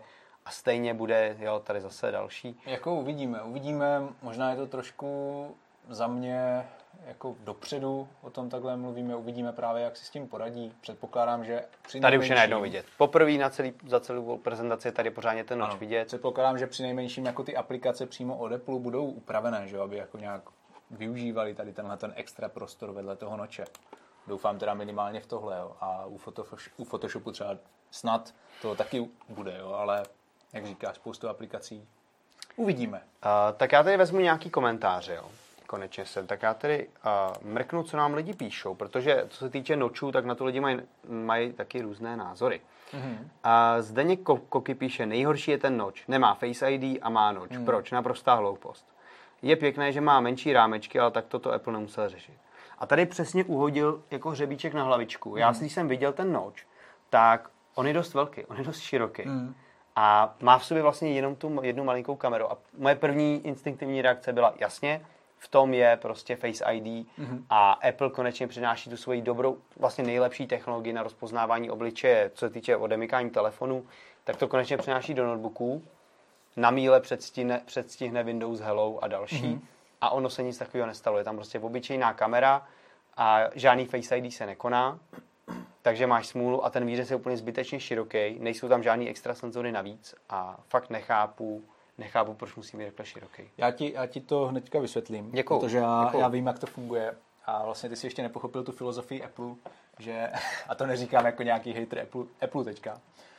Speaker 1: a stejně bude, jo, tady zase další.
Speaker 2: Jako uvidíme, uvidíme, možná je to trošku za mě jako dopředu, o tom takhle mluvíme, uvidíme právě, jak si s tím poradí. Předpokládám, že při
Speaker 1: Tady už je najednou vidět. Poprvé na celý, za celou prezentaci je tady pořádně ten noč vidět.
Speaker 2: Předpokládám, že při nejmenším jako ty aplikace přímo od Apple budou upravené, že aby jako nějak využívali tady tenhle ten extra prostor vedle toho noče. Doufám teda minimálně v tohle, jo. A u, Photosh- u Photoshopu třeba snad to taky bude, jo, ale jak říkáš, spoustu aplikací. Uvidíme.
Speaker 1: Uh, tak já tady vezmu nějaký komentáře, jo. Konečně jsem. Tak já tady uh, mrknu, co nám lidi píšou, protože co se týče nočů, tak na to lidi mají maj taky různé názory. Mm-hmm. Uh, Zdeněk Koky píše, nejhorší je ten noč. Nemá Face I D a má noč. Mm. Proč? Naprostá hloupost. Je pěkné, že má menší rámečky, ale tak toto Apple nemusel řešit. A tady přesně uhodil jako hřebíček na hlavičku. Mm. Já, když jsem viděl ten noč, tak on je dost velký, on je dost široký. Mm. A má v sobě vlastně jenom tu jednu malinkou kameru. A moje první instinktivní reakce byla, jasně, v tom je prostě Face I D mm-hmm. a Apple konečně přináší tu svoji dobrou, vlastně nejlepší technologii na rozpoznávání obličeje, co se týče odemykání telefonu, tak to konečně přináší do notebooků. Na míle předstihne, předstihne Windows Hello a další. Mm-hmm. A ono se nic takového nestalo. Je tam prostě obyčejná kamera a žádný Face I D se nekoná. Takže máš smůlu a ten výřez je úplně zbytečně široký. Nejsou tam žádný extra senzory navíc a fakt nechápu, nechápu, proč musí být takhle široký.
Speaker 2: Já ti, já ti to hnedka vysvětlím,
Speaker 1: Děkuju,
Speaker 2: protože já,
Speaker 1: děkuju.
Speaker 2: já vím, jak to funguje a vlastně ty si ještě nepochopil tu filozofii Apple, že, a to neříkám jako nějaký hater Apple, Apple teďka,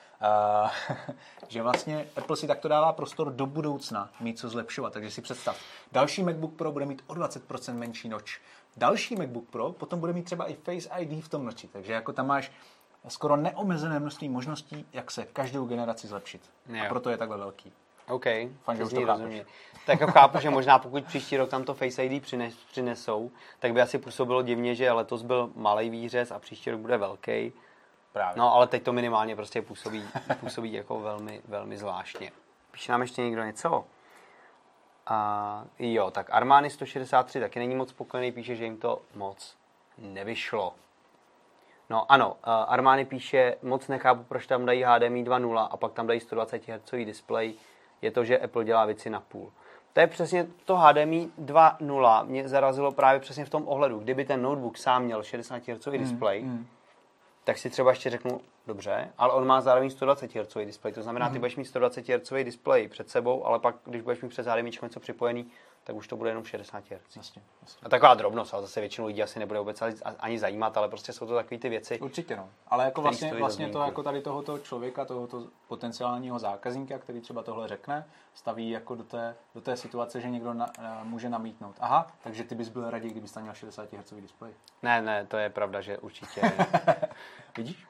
Speaker 2: uh, že vlastně Apple si takto dává prostor do budoucna mít co zlepšovat, takže si představ, další MacBook Pro bude mít o dvacet procent menší noč, další MacBook Pro potom bude mít třeba i Face I D v tom noči, takže jako tam máš skoro neomezené množství možností, jak se každou generaci zlepšit. Jo. A proto je takhle velký.
Speaker 1: OK,
Speaker 2: Fajn, že už to chápeš.
Speaker 1: Tak chápu, že možná pokud příští rok tam to Face I D přines, přinesou, tak by asi působilo divně, že letos byl malý výřez a příští rok bude velký.
Speaker 2: Právě.
Speaker 1: No, ale teď to minimálně prostě působí, působí jako velmi, velmi zvláštně. Píše nám ještě někdo něco? A jo, tak Armani sto šedesát tři taky není moc spokojený, píše, že jim to moc nevyšlo. No ano, Armani píše, moc nechápu, proč tam dají H D M I dva tečka nula a pak tam dají sto dvacet hertzový displej. Je to, že Apple dělá věci na půl. To je přesně to H D M I dva tečka nula mě zarazilo právě přesně v tom ohledu. Kdyby ten notebook sám měl šedesát hertzový mm, displej, mm. tak si třeba ještě řeknu, dobře, ale on má zároveň sto dvacet hertzový displej. To znamená, mm. ty budeš mít sto dvacet hertzový displej před sebou, ale pak, když budeš mít přes H D M I něco připojený, tak už to bude jenom šedesát hertzů.
Speaker 2: Jasně, jasně.
Speaker 1: A taková drobnost, ale zase většinu lidí asi nebude vůbec ani zajímat, ale prostě jsou to takové ty věci.
Speaker 2: Určitě no. Ale jako vlastně, vlastně to jako tady tohoto člověka, tohoto potenciálního zákazníka, který třeba tohle řekne, staví jako do té, do té situace, že někdo na, může namítnout. Aha, takže ty bys byl raději, kdybys tam měl šedesát hertzový displej.
Speaker 1: Ne, ne, to je pravda, že určitě.
Speaker 2: Vidíš?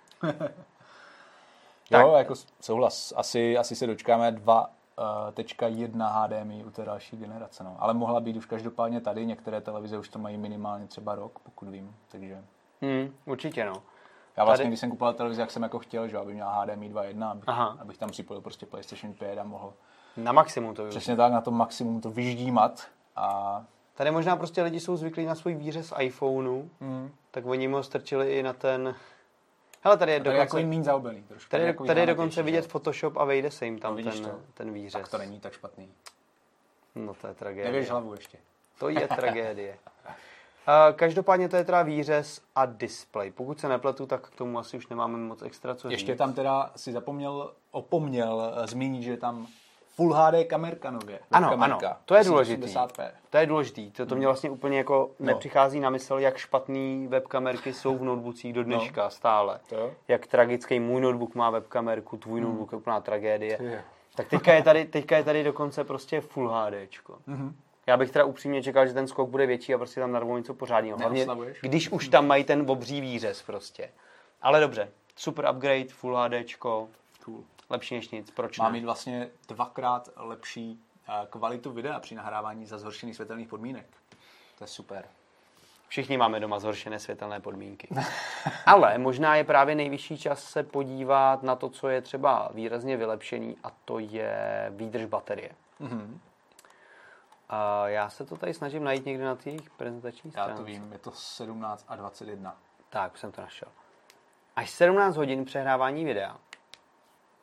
Speaker 2: Jo, jako souhlas. Asi, asi se dočkáme dva tečka jedna H D M I u té další generace. No. Ale mohla být už každopádně tady. Některé televize už to mají minimálně třeba rok, pokud vím. Takže...
Speaker 1: Hmm, určitě, no.
Speaker 2: Já vlastně, tady... když jsem kupoval televizi, jak jsem jako chtěl, že aby měla H D M I dva tečka jedna, abych, abych tam připojil prostě PlayStation pět a mohl...
Speaker 1: Na maximum to využít.
Speaker 2: Přesně tak, na tom maximum to vyždímat. A...
Speaker 1: Tady možná prostě lidi jsou zvyklí na svůj výřez iPhoneu, hmm. tak oni mu ho strčili i na ten... Hele, tady je dokonce,
Speaker 2: jako míň zaobený trošku.
Speaker 1: Tady, tady, tady je dokonce vidět Photoshop a vejde se jim tam no, ten, ten výřez.
Speaker 2: Tak to není tak špatný.
Speaker 1: No to je tragédie.
Speaker 2: Nevěš hlavu ještě.
Speaker 1: To je tragédie. Každopádně to je teda výřez a display. Pokud se nepletu, tak k tomu asi už nemáme moc extra co říct.
Speaker 2: Ještě tam teda si zapomněl, opomněl zmínit, že tam Full H D kamerka nově.
Speaker 1: Ano, ano, to je důležitý.
Speaker 2: osmdesát pé.
Speaker 1: To je důležitý. To, to mě vlastně úplně jako no. nepřichází na mysl, jak špatný webkamerky jsou v notebookích do dneška no. stále. To? Jak tragický můj notebook má webkamerku, tvůj hmm. notebook je úplná tragédie. Je. Tak teďka je, tady, teďka je tady dokonce prostě Full HDčko. Mm-hmm. Já bych teda upřímně čekal, že ten skok bude větší a prostě tam narvou něco pořádného. Hlavně, když už tam mají ten obří výřez prostě. Ale dobře, super upgrade, Full HDčko, cool. Lepší než nic, proč
Speaker 2: Má
Speaker 1: ne?
Speaker 2: mít vlastně dvakrát lepší kvalitu videa při nahrávání za zhoršených světelných podmínek. To je super.
Speaker 1: Všichni máme doma zhoršené světelné podmínky. Ale možná je právě nejvyšší čas se podívat na to, co je třeba výrazně vylepšený, a to je výdrž baterie. Mm-hmm. A já se to tady snažím najít někde na těch prezentačních stránce.
Speaker 2: Já to vím, je to sedmnáct a dvacet jedna.
Speaker 1: Tak, už jsem to našel. Až sedmnáct hodin přehrávání videa.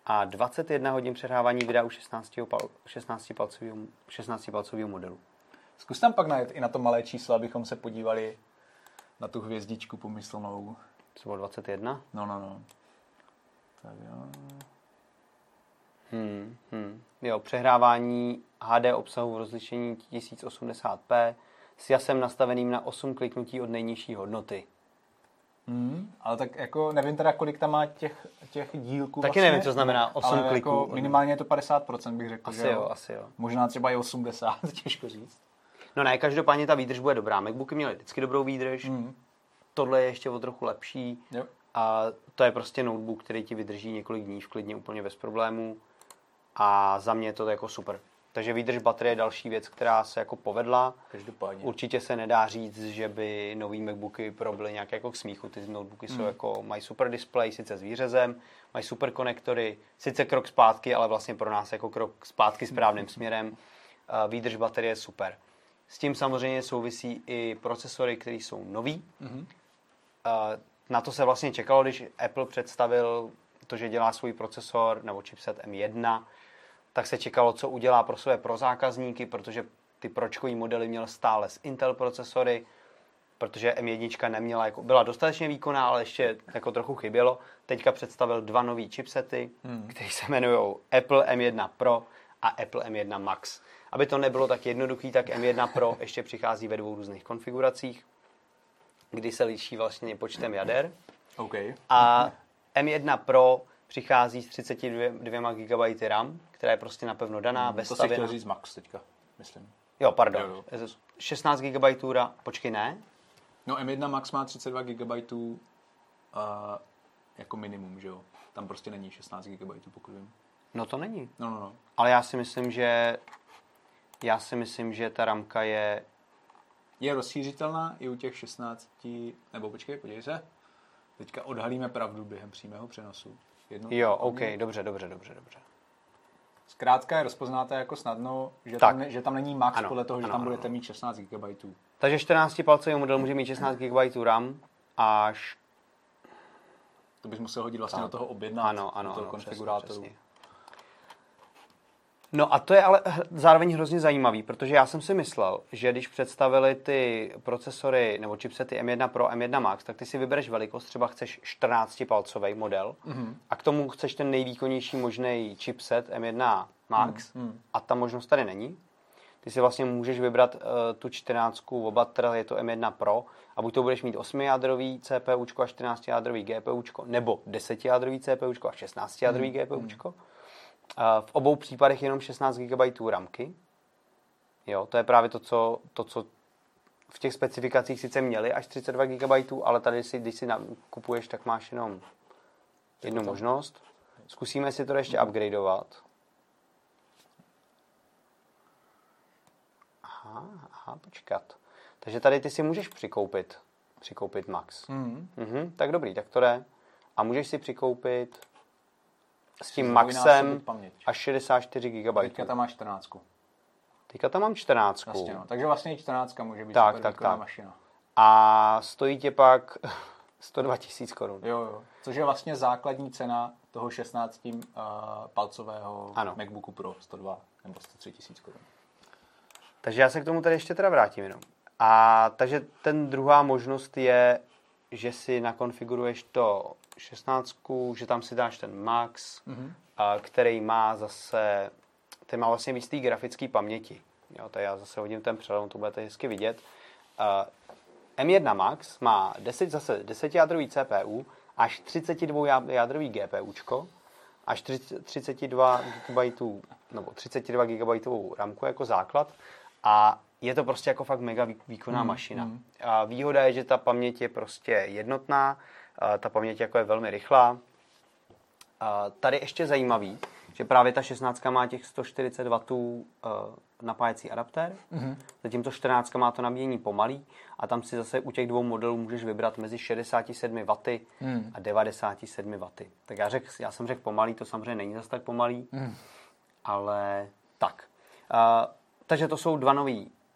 Speaker 1: a dvacet jedna hodin přehrávání videa u šestnáctipalcového modelu.
Speaker 2: Zkus tam pak najet i na to malé číslo, abychom se podívali na tu hvězdičku pomyslnou.
Speaker 1: Co bylo dvacet jedna?
Speaker 2: No, no, no. Tak jo.
Speaker 1: Hmm, hmm. Jo, přehrávání H D obsahu v rozlišení tisíc osmdesát p s jasem nastaveným na osm kliknutí od nejnižší hodnoty.
Speaker 2: Hmm, ale tak jako nevím teda, kolik tam má těch, těch dílků.
Speaker 1: Taky
Speaker 2: vlastně,
Speaker 1: nevím, co znamená osm
Speaker 2: ale
Speaker 1: kliků.
Speaker 2: Jako minimálně je to padesát procent bych řekl.
Speaker 1: Asi
Speaker 2: že
Speaker 1: jo, asi jo.
Speaker 2: Možná třeba i osmdesát, těžko říct.
Speaker 1: No ne, každopádně ta výdrž bude dobrá. Macbooky měly vždycky dobrou výdrž.
Speaker 2: Hmm.
Speaker 1: Tohle je ještě o trochu lepší.
Speaker 2: Jo.
Speaker 1: A to je prostě notebook, který ti vydrží několik dní v klidně úplně bez problémů. A za mě je to jako super. Takže výdrž baterie je další věc, která se jako povedla.
Speaker 2: Každopádně.
Speaker 1: Určitě se nedá říct, že by nový Macbooky Pro byly nějak jako k smíchu. Ty notebooky hmm. jsou jako, mají super display, sice s výřezem, mají super konektory, sice krok zpátky, ale vlastně pro nás jako krok zpátky správným směrem. Výdrž baterie je super. S tím samozřejmě souvisí i procesory, které jsou nový. Hmm. Na to se vlastně čekalo, když Apple představil to, že dělá svůj procesor nebo chipset M jedna, tak se čekalo, co udělá pro své pro zákazníky, protože ty pročkový modely měl stále s Intel procesory, protože M jedna neměla, jako, byla dostatečně výkonná, ale ještě jako trochu chybělo. Teďka představil dva nový chipsety, hmm. které se jmenují Apple M jedna Pro a Apple M jedna Max. Aby to nebylo tak jednoduchý, tak M jedna Pro ještě přichází ve dvou různých konfiguracích, kdy se liší vlastně počtem jader.
Speaker 2: Okay.
Speaker 1: A M jedna Pro přichází s třicet dva gigabajty RAM, která je prostě napevno daná,
Speaker 2: hmm,
Speaker 1: vestavěna.
Speaker 2: To si chtěl říct Max teďka, myslím.
Speaker 1: Jo, pardon.
Speaker 2: Jo, jo.
Speaker 1: šestnáct gigabajtů RAM, počkej, ne?
Speaker 2: No M jedna Max má třicet dva gigabajtů uh, jako minimum, že jo? Tam prostě není šestnáct gigabajtů, pokud vím.
Speaker 1: No to není.
Speaker 2: No, no, no.
Speaker 1: Ale já si myslím, že já si myslím, že ta ramka je...
Speaker 2: Je rozšířitelná i u těch šestnácti, nebo počkej, podívej se. Teďka odhalíme pravdu během přímého přenosu.
Speaker 1: Jednou jo, OK, mě... dobře, dobře, dobře, dobře.
Speaker 2: Zkrátka je rozpoznáte jako snadno, že, tam, ne, že tam není max ano, podle toho, že ano, tam ano. budete mít šestnáct gigabajtů.
Speaker 1: Takže čtrnáctipalcový model může mít šestnáct gigabajtů RAM až...
Speaker 2: To bys musel hodit vlastně tak. do toho objednat,
Speaker 1: ano, ano,
Speaker 2: do toho
Speaker 1: ano,
Speaker 2: konfigurátoru.
Speaker 1: Přesně, přesně. No a to je ale zároveň hrozně zajímavý, protože já jsem si myslel, že když představili ty procesory nebo chipsety M jedna Pro, M jedna Max, tak ty si vybereš velikost, třeba chceš čtrnáctipalcový model mm-hmm. a k tomu chceš ten nejvýkonnější možný chipset M jedna Max mm-hmm. a ta možnost tady není. Ty si vlastně můžeš vybrat uh, tu čtrnáctku, oba teda je to M jedna Pro a buď to budeš mít osmijádrový CPUčko a čtrnáctijádrový GPUčko, nebo desetijádrový CPUčko a šestnáctijádrový mm-hmm. GPUčko. V obou případech jenom šestnáct gigabajtů ramky. Jo, to je právě to co, to, co v těch specifikacích sice měli až třicet dva gigabajtů, ale tady, si, když si kupuješ, tak máš jenom jednu možnost. Zkusíme si to ještě upgradeovat. Aha, aha, počkat. Takže tady ty si můžeš přikoupit, přikoupit Max. Mm-hmm. Mhm, tak dobrý, tak to jde. A můžeš si přikoupit s tím Maxem až šedesát čtyři gigabajtů.
Speaker 2: Teďka tam máš čtrnáct.
Speaker 1: Teďka tam mám čtrnáct.
Speaker 2: Vlastně, no. Takže vlastně i čtrnáct může být
Speaker 1: tak,
Speaker 2: super
Speaker 1: tak,
Speaker 2: výkonná
Speaker 1: tak.
Speaker 2: mašina.
Speaker 1: A stojí tě pak sto dva tisíc korun.
Speaker 2: Jo, jo. Což je vlastně základní cena toho šestnáctipalcového uh, Macbooku Pro sto dva nebo sto tři tisíc korun.
Speaker 1: Takže já se k tomu tady ještě teda vrátím jenom. A takže ten druhá možnost je, že si nakonfiguruješ to šestnáctku, že tam si dáš ten Max, mm-hmm. a, který má zase, ten má vlastně víc té grafické paměti. Jo, tady já zase hodím ten přelom, to budete hezky vidět. A, M jedna Max má deset, zase desetijádrový C P U, až třicet dva jádrový GPUčko, až třicet dva gigabajtů, nebo třicet dva gigabajtovou ramku jako základ. A je to prostě jako fakt mega výkonná mm, mašina. Mm. A výhoda je, že ta paměť je prostě jednotná, a ta paměť jako je velmi rychlá. A tady ještě zajímavý, že právě ta šestnáctka má těch sto čtyřicet wattů uh, napájecí adaptér, mm. zatímco čtrnáctka má to nabíjení pomalý a tam si zase u těch dvou modelů můžeš vybrat mezi šedesát sedm wattů mm. a devadesát sedm wattů. Tak já, řek, já jsem řekl pomalý, to samozřejmě není zase tak pomalý, mm. ale tak. Uh, takže to jsou dva nový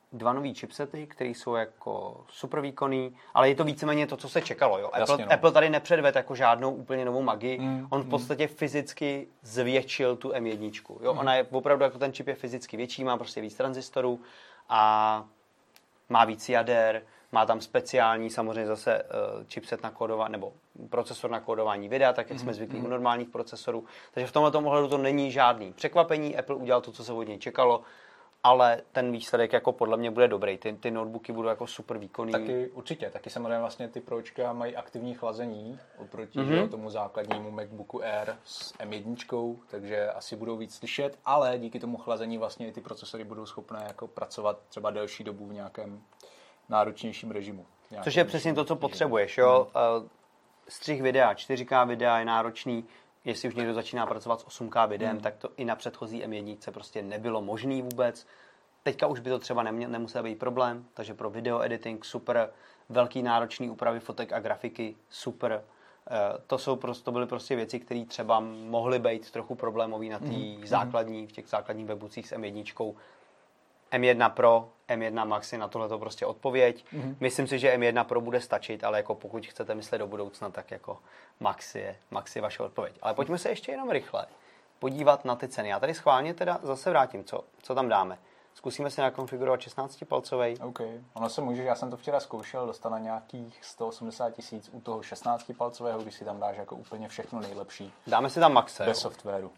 Speaker 1: dva nový chipsety, které jsou jako super výkonný, ale je to víceméně to, co se čekalo. Jo? Apple,
Speaker 2: Jasně, no.
Speaker 1: Apple tady nepředved jako žádnou úplně novou magii.
Speaker 2: Mm,
Speaker 1: On v podstatě mm. fyzicky zvětšil tu M jedna. Jo? Mm. Ona je opravdu, jako ten čip je fyzicky větší, má prostě víc tranzistorů a má víc jader, má tam speciální samozřejmě zase uh, chipset na kódování, nebo procesor na kódování videa, tak jak mm. jsme zvyklí mm. u normálních procesorů. Takže v tomhle ohledu to není žádný překvapení. Apple udělal to, co se od něj čekalo, ale ten výsledek jako podle mě bude dobrý. Ty, ty notebooky budou jako super výkonný.
Speaker 2: Taky určitě, taky samozřejmě vlastně ty Pročka mají aktivní chlazení oproti mm-hmm. že, tomu základnímu MacBooku Air s M jedna, takže asi budou víc slyšet, ale díky tomu chlazení vlastně i ty procesory budou schopné jako pracovat třeba delší dobu v nějakém náročnějším režimu.
Speaker 1: Což je přesně to, co potřebuješ. Jo? Mm. Střih videa, čtyři ká videa je náročný. Jestli už někdo začíná pracovat s osm ká videem, hmm. tak to i na předchozí M jedna prostě nebylo možný vůbec. Teďka už by to třeba nemě, nemusel být problém, takže pro video editing super, velký náročný úpravy fotek a grafiky super. E, to, jsou prostě, to byly prostě věci, které třeba mohly být trochu problémový na té hmm. základní, v těch základních webbookích s M jedna. M jedna Pro, M jedna Max je na tohle to prostě odpověď. Mm-hmm. Myslím si, že M jedna Pro bude stačit, ale jako pokud chcete myslet do budoucna, tak jako Max je, Max je vaše odpověď. Ale pojďme se ještě jenom rychle podívat na ty ceny. Já tady schválně teda zase vrátím, co, co tam dáme. Zkusíme si nakonfigurovat šestnáctipalcovej.
Speaker 2: OK. Ono se může, já jsem to včera zkoušel, dostat na nějakých sto osmdesát tisíc u toho šestnáctipalcového, když si tam dáš jako úplně všechno nejlepší.
Speaker 1: Dáme si tam Maxe.
Speaker 2: Bez softwaru.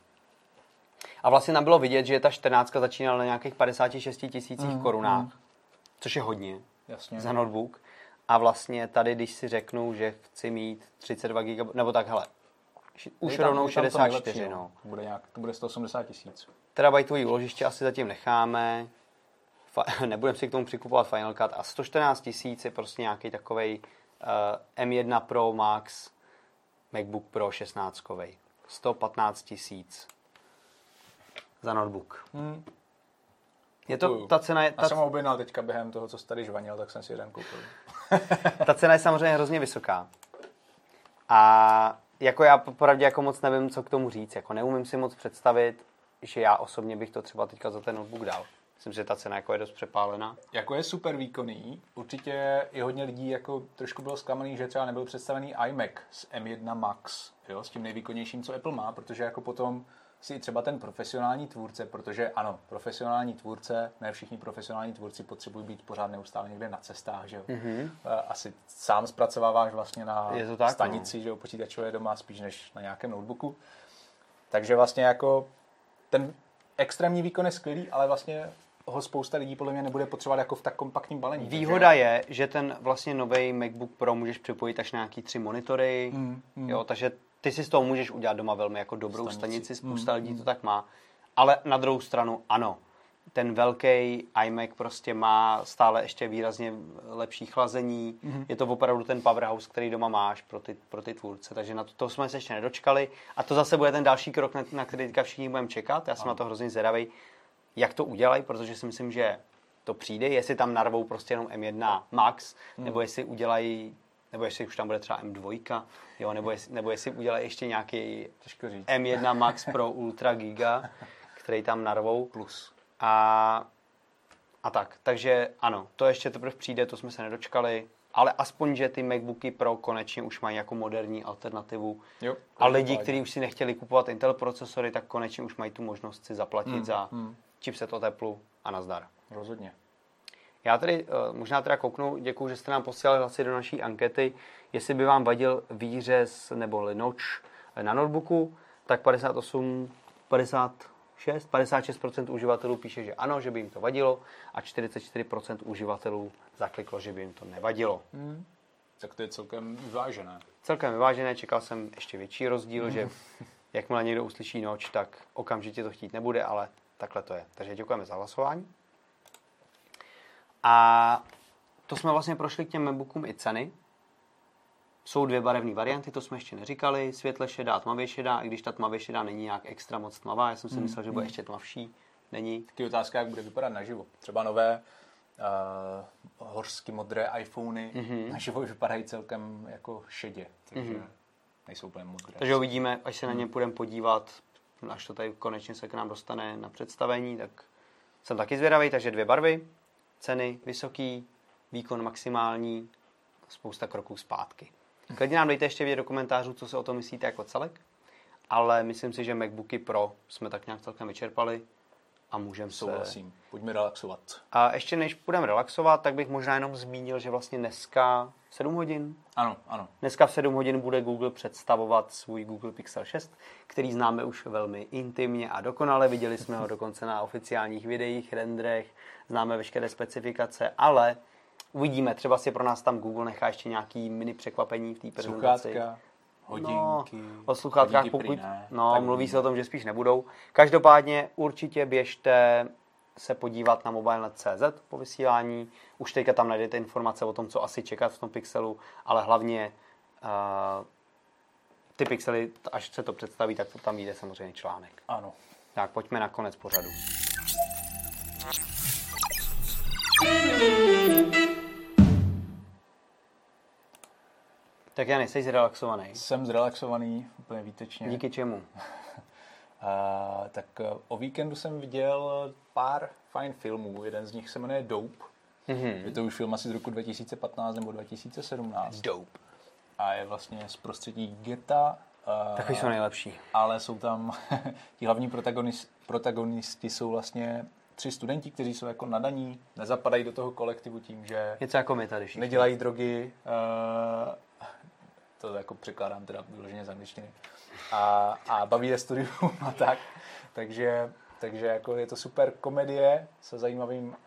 Speaker 1: A vlastně nám bylo vidět, že ta čtrnáctka začínala na nějakých padesát šest tisících mm, korunách, mm. což je hodně
Speaker 2: Jasně.
Speaker 1: za notebook. A vlastně tady, když si řeknu, že chci mít třicet dva gigabajtů, nebo takhle, už
Speaker 2: tam,
Speaker 1: rovnou šedesát čtyři, no.
Speaker 2: To bude, nějak, to bude sto osmdesát tisíc.
Speaker 1: Terabajtový úložiště asi zatím necháme, Fa- nebudeme si k tomu přikupovat Final Cut a sto čtrnáct tisíc je prostě nějaký takovej uh, M jedna Pro Max, MacBook Pro šestnáctkovej. sto patnáct tisíc. Za notebook. Hmm. Je to, ta cena je... Ta...
Speaker 2: Já jsem ho objednal teďka během toho, co jsi tady žvanil, tak jsem si jeden koupil.
Speaker 1: Ta cena je samozřejmě hrozně vysoká. A jako já popravdě jako moc nevím, co k tomu říct. Jako neumím si moc představit, že já osobně bych to třeba teďka za ten notebook dal. Myslím, že ta cena jako je dost přepálená.
Speaker 2: Jako je super výkonný. Určitě i hodně lidí jako trošku bylo zklamaný, že třeba nebyl představený iMac s M jedna Max, jo, s tím nejvýkonnějším, co Apple má, protože jako potom si třeba ten profesionální tvůrce, protože ano, profesionální tvůrce, ne všichni profesionální tvůrci potřebují být pořád neustále někde na cestách, že jo. Mm-hmm. Asi sám zpracováváš vlastně na tak, stanici, no. že jo, počítačové doma spíš než na nějakém notebooku. Takže vlastně jako ten extrémní výkon je skvělý, ale vlastně ho spousta lidí podle mě nebude potřebovat jako v tak kompaktním balení.
Speaker 1: Výhoda takže... je, že ten vlastně nový MacBook Pro můžeš připojit až na nějaký tři monitory, mm, mm. jo, takže ty si z toho můžeš udělat doma velmi jako dobrou stanici, stanici spousta mm, lidí mm. to tak má, ale na druhou stranu ano, ten velký iMac prostě má stále ještě výrazně lepší chlazení, mm. je to opravdu ten powerhouse, který doma máš pro ty, pro ty tvůrce, takže na to, to jsme se ještě nedočkali a to zase bude ten další krok, na, na který teďka všichni budeme čekat, já jsem ano. na to hrozně zvědavý, jak to udělají, protože si myslím, že to přijde, jestli tam narvou prostě jenom M jedna Max, mm. nebo jestli udělají nebo jestli už tam bude třeba M dva, jo, nebo, jestli, nebo jestli udělají ještě nějaký M jedna Max Pro Ultra Giga, který tam narvou.
Speaker 2: Plus.
Speaker 1: A, a tak, takže ano, to ještě teprve přijde, to jsme se nedočkali, ale aspoň, že ty MacBooky Pro konečně už mají jako moderní alternativu. Jo, a lidi, kteří už si nechtěli kupovat Intel procesory, tak konečně už mají tu možnost si zaplatit hmm, za hmm. chipset od Apple a nazdar.
Speaker 2: Rozhodně.
Speaker 1: Já tady možná teda kouknu, děkuju, že jste nám posílali hlasy do naší ankety, jestli by vám vadil výřez nebo notch na notebooku, tak padesát osm, padesát šest, padesát šest procent uživatelů píše, že ano, že by jim to vadilo a čtyřicet čtyři procent uživatelů zakliklo, že by jim to nevadilo.
Speaker 2: Hmm. Tak to je celkem vyvážené.
Speaker 1: Celkem vyvážené, čekal jsem ještě větší rozdíl, hmm. že jakmile někdo uslyší notch, tak okamžitě to chtít nebude, ale takhle to je. Takže děkujeme za hlasování. A to jsme vlastně prošli k těm MacBookům i ceny. Jsou dvě barevné varianty, to jsme ještě neříkali. Světle šedá, tmavě šedá, i když ta tmavě šedá není nějak extra moc tmavá. Já jsem si hmm. myslel, že bude ještě tmavší. Není.
Speaker 2: Taky otázka, jak bude vypadat naživo. Třeba nové uh, hořsky modré iPhony mm-hmm. naživo vypadají celkem jako šedě. Takže mm-hmm. nejsou úplně modré.
Speaker 1: Takže uvidíme, až se na ně půjdeme podívat, až to tady konečně se k nám dostane na představení, tak jsem taky zvědavý, takže dvě barvy. ceny vysoký, výkon maximální, spousta kroků zpátky. Klidně nám dejte ještě vědět do komentářů, co si o tom myslíte jako celek, ale myslím si, že MacBooky Pro jsme tak nějak celkem vyčerpali a můžeme se...
Speaker 2: Souhlasím. Pojďme relaxovat.
Speaker 1: A ještě než budeme relaxovat, tak bych možná jenom zmínil, že vlastně dneska sedm hodin.
Speaker 2: Ano, ano.
Speaker 1: Dneska v sedm hodin bude Google představovat svůj Google Pixel šest, který známe už velmi intimně a dokonale. Viděli jsme ho dokonce na oficiálních videích, renderech, známe veškeré specifikace, ale uvidíme, třeba si pro nás tam Google nechá ještě nějaký mini překvapení v té prezentaci.
Speaker 2: Sluchátka, hodinky.
Speaker 1: No, o sluchátkách
Speaker 2: hodinky
Speaker 1: pokud,
Speaker 2: ne,
Speaker 1: no, mluví se o tom, že spíš nebudou. Každopádně určitě běžte se podívat na mobile tečka cé zet po vysílání. Už teďka tam najdete informace o tom, co asi čekat v tom Pixelu, ale hlavně uh, ty Pixely, až se to představí, tak to tam vyjde samozřejmě článek.
Speaker 2: Ano.
Speaker 1: Tak pojďme na konec pořadu. Tak Jany, jsi zrelaxovaný?
Speaker 2: Jsem zrelaxovaný, úplně výtečně.
Speaker 1: Díky čemu?
Speaker 2: Uh, tak o víkendu jsem viděl pár fajn filmů. Jeden z nich se jmenuje Dope. Mm-hmm. Je to už film asi z roku dva tisíce patnáct nebo dva tisíce sedmnáct.
Speaker 1: Dope.
Speaker 2: A je vlastně z prostředí geta. Uh,
Speaker 1: Takový jsou nejlepší.
Speaker 2: Ale jsou tam, ti hlavní protagonist, protagonisti jsou vlastně tři studenti, kteří jsou jako nadaní, nezapadají do toho kolektivu tím, že
Speaker 1: něco jako my tady všichni.
Speaker 2: Nedělají drogy, uh, to jako překládám teda vyloženě z angličtiny, a, a baví je studium a tak. Takže, takže jako je to super komedie se zajímavým uh,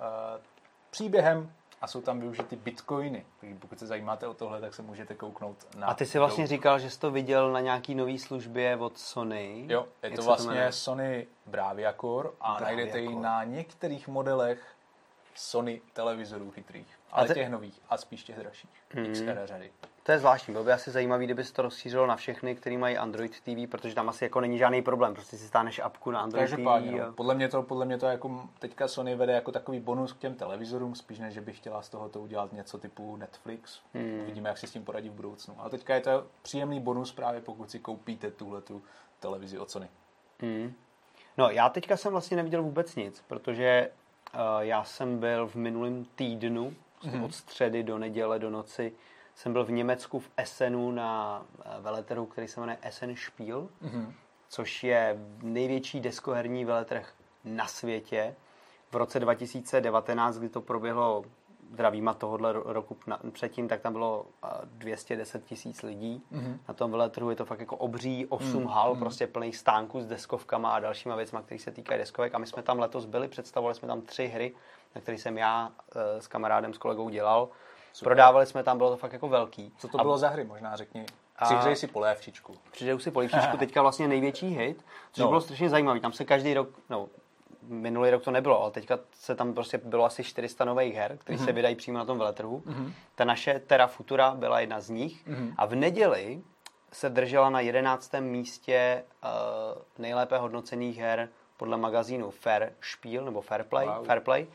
Speaker 2: příběhem a jsou tam využity bitcoiny. Takže pokud se zajímáte o tohle, tak se můžete kouknout na...
Speaker 1: A ty jsi vlastně říkal, že jsi to viděl na nějaký nový službě od Sony.
Speaker 2: Jo, je to vlastně to Sony Bravia Core a Bravia najdete ji na některých modelech Sony televizorů chytrých. Ale te... těch nových a spíš těch dražších. Hmm. X R řady.
Speaker 1: To je zvláštní, bylo by asi zajímavý, kdyby se to rozšířilo na všechny, kteří mají Android T V, protože tam asi jako není žádný problém, prostě si stáneš apku na Android T V.
Speaker 2: A... No. Podle mě to, podle mě to jako teďka Sony vede jako takový bonus k těm televizorům, spíš než že bych chtěla z toho to udělat něco typu Netflix. Hmm. Uvidíme, jak si s tím poradí v budoucnu. Ale teďka je to příjemný bonus právě pokud si koupíte tuhletu televizi od Sony.
Speaker 1: Hmm. No, já teďka jsem vlastně neviděl vůbec nic, protože uh, já jsem byl v minulém týdnu, hmm. od středy do neděle do noci, jsem byl v Německu v Essenu na veletrhu, který se jmenuje Essen Spiel, mm-hmm. což je největší deskoherní veletrh na světě. V roce dva tisíce devatenáct, kdy to proběhlo zdravýma tohohle roku předtím, tak tam bylo dvě stě deset tisíc lidí. Mm-hmm. Na tom veletrhu je to fakt jako obří osm mm-hmm. hal, prostě plný stánků s deskovkama a dalšíma věcma, které se týkají deskovek. A my jsme tam letos byli, představovali jsme tam tři hry, na které jsem já s kamarádem, s kolegou dělal. Super. Prodávali jsme tam, bylo to fakt jako velký.
Speaker 2: Co to bylo a... za hry, možná řekni. Přihřej si polévčičku.
Speaker 1: Přihřeju si polévčičku, teďka vlastně největší hit, což no. bylo strašně zajímavý. Tam se každý rok, no, minulý rok to nebylo, ale teďka se tam prostě bylo asi čtyři sta nových her, které mm-hmm. se vydají přímo na tom veletrhu. Mm-hmm. Ta naše Terra Futura byla jedna z nich. Mm-hmm. A v neděli se držela na jedenáctém místě uh, nejlépe hodnocených her podle magazínu Fair Spiel, nebo Fair Play.
Speaker 2: Wow.
Speaker 1: Fair Play.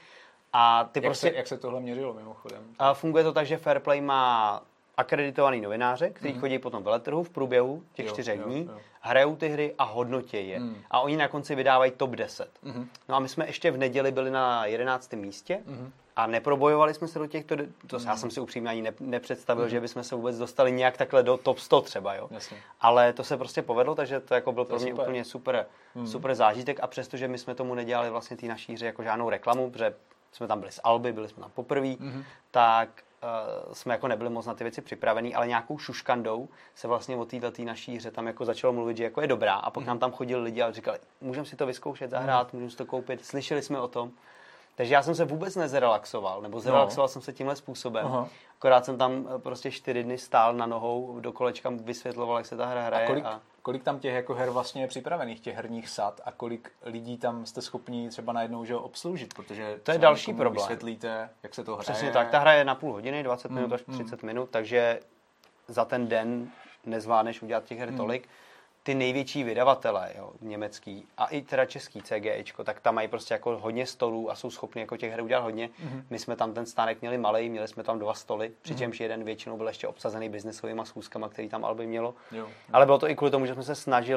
Speaker 1: A ty
Speaker 2: jak,
Speaker 1: prostě,
Speaker 2: se, jak se tohle měřilo mimochodem?
Speaker 1: A funguje to tak, že Fairplay má akreditovaný novináře, kteří mm-hmm. chodí po tom veletrhu v průběhu těch jo, čtyřech jo, dní, jo. hrajou ty hry a hodnotí je. Mm. A oni na konci vydávají top deset. Mm-hmm. No a my jsme ještě v neděli byli na jedenáctém místě mm-hmm. a neprobojovali jsme se do těchto, to mm-hmm. já jsem si upřímně ani ne, nepředstavil, mm-hmm. že bychom se vůbec dostali nějak takhle do top sto třeba, jo.
Speaker 2: Jasně.
Speaker 1: Ale to se prostě povedlo, takže to jako byl to pro mě super. úplně super, mm. super zážitek a přestože my jsme tomu nedělali vlastně té naší hře jako žádnou reklamu, protože jsme tam byli z Alby, byli jsme tam poprvé, mm-hmm. tak uh, jsme jako nebyli moc na ty věci připravení, ale nějakou šuškandou se vlastně o této naší hře tam jako začalo mluvit, že jako je dobrá a pak mm-hmm. nám tam chodili lidi a říkali, můžeme si to vyzkoušet, zahrát, mm-hmm. můžeme si to koupit, slyšeli jsme o tom. Takže já jsem se vůbec nezrelaxoval, nebo zrelaxoval no. jsem se tímhle způsobem. Aha. Akorát jsem tam prostě čtyři dny stál na nohou, do kolečka vysvětloval, jak se ta hra hraje.
Speaker 2: A kolik,
Speaker 1: a...
Speaker 2: kolik tam těch jako her vlastně je připravených, těch herních sad a kolik lidí tam jste schopni třeba najednou že obsloužit, protože
Speaker 1: to je další problém.
Speaker 2: Vysvětlíte, jak se to hraje.
Speaker 1: Přesně tak, ta hra je na půl hodiny, dvacet minut až třicet mm. minut, takže za ten den nezvládneš udělat těch her mm. tolik. Ty největší vydavatelé, jo, německý a i teda český CGIčko, tak tam mají prostě jako hodně stolů a jsou schopni jako těch her udělat hodně. Mm-hmm. My jsme tam ten stánek měli malej, měli jsme tam dva stoly, přičemž mm-hmm. jeden většinou byl ještě obsazený biznesovýma schůzkama, který tam Alby mělo. Jo. Ale bylo to i kvůli tomu, že jsme se snažili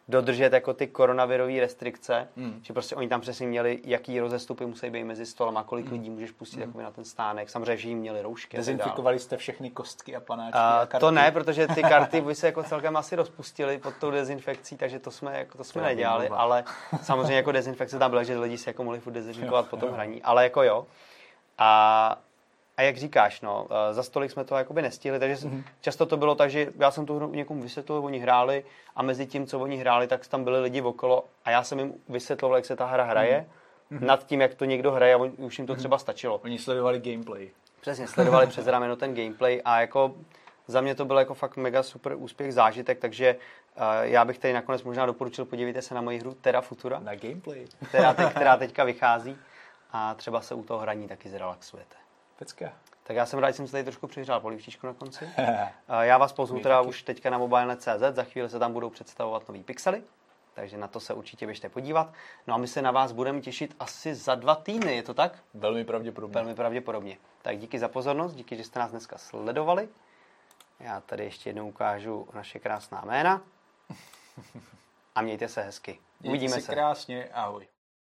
Speaker 1: dodržet jako ty koronavirové restrikce,
Speaker 2: Mm.
Speaker 1: že prostě oni tam přesně měli, jaký rozestupy musí být mezi stolem a kolik mm. lidí můžeš pustit mm. jakoby na ten stánek. Samozřejmě, že jim měli roušky.
Speaker 2: Dezinfikovali jste všechny kostky a panáčky
Speaker 1: a,
Speaker 2: a karty?
Speaker 1: To ne, protože ty karty by se jako celkem asi rozpustily pod tou dezinfekcí, takže to jsme, jako, to jsme to nedělali, ale samozřejmě jako dezinfekce tam byla, že lidi si jako mohli furt dezinfikovat po tom hraní, ale jako jo. A A jak říkáš, no, za stolik jsme to jakoby nestihli, takže mm-hmm. často to bylo tak, že já jsem tu hru někomu vysvětlil, oni hráli a mezi tím, co oni hráli, tak tam byli lidi okolo a já jsem jim vysvětloval, jak se ta hra hraje, mm-hmm. nad tím, jak to někdo hraje a on, už jim to třeba stačilo.
Speaker 2: Oni sledovali gameplay.
Speaker 1: Přesně, sledovali přes rameno ten gameplay a jako za mě to byl jako fakt mega super úspěch, zážitek, takže uh, já bych tady nakonec možná doporučil, podívejte se na moji hru Terra Futura.
Speaker 2: Na gameplay.
Speaker 1: která, te, která teďka vychází a třeba se u toho hraní taky zrelaxujete.
Speaker 2: Pecka.
Speaker 1: Tak já jsem rád, že jsem se tady trošku přihřál polivčičku na konci. Já vás pozvu teda už teďka na mobile tečka cé zet, za chvíli se tam budou představovat nový pixely, takže na to se určitě běžte podívat. No a my se na vás budeme těšit asi za dva týdny, je to tak?
Speaker 2: Velmi pravděpodobně.
Speaker 1: Velmi pravděpodobně. Tak díky za pozornost, díky, že jste nás dneska sledovali. Já tady ještě jednou ukážu naše krásná jména. A mějte se hezky.
Speaker 2: Mějte
Speaker 1: Uvidíme
Speaker 2: se.
Speaker 1: se.
Speaker 2: Krásně, ahoj.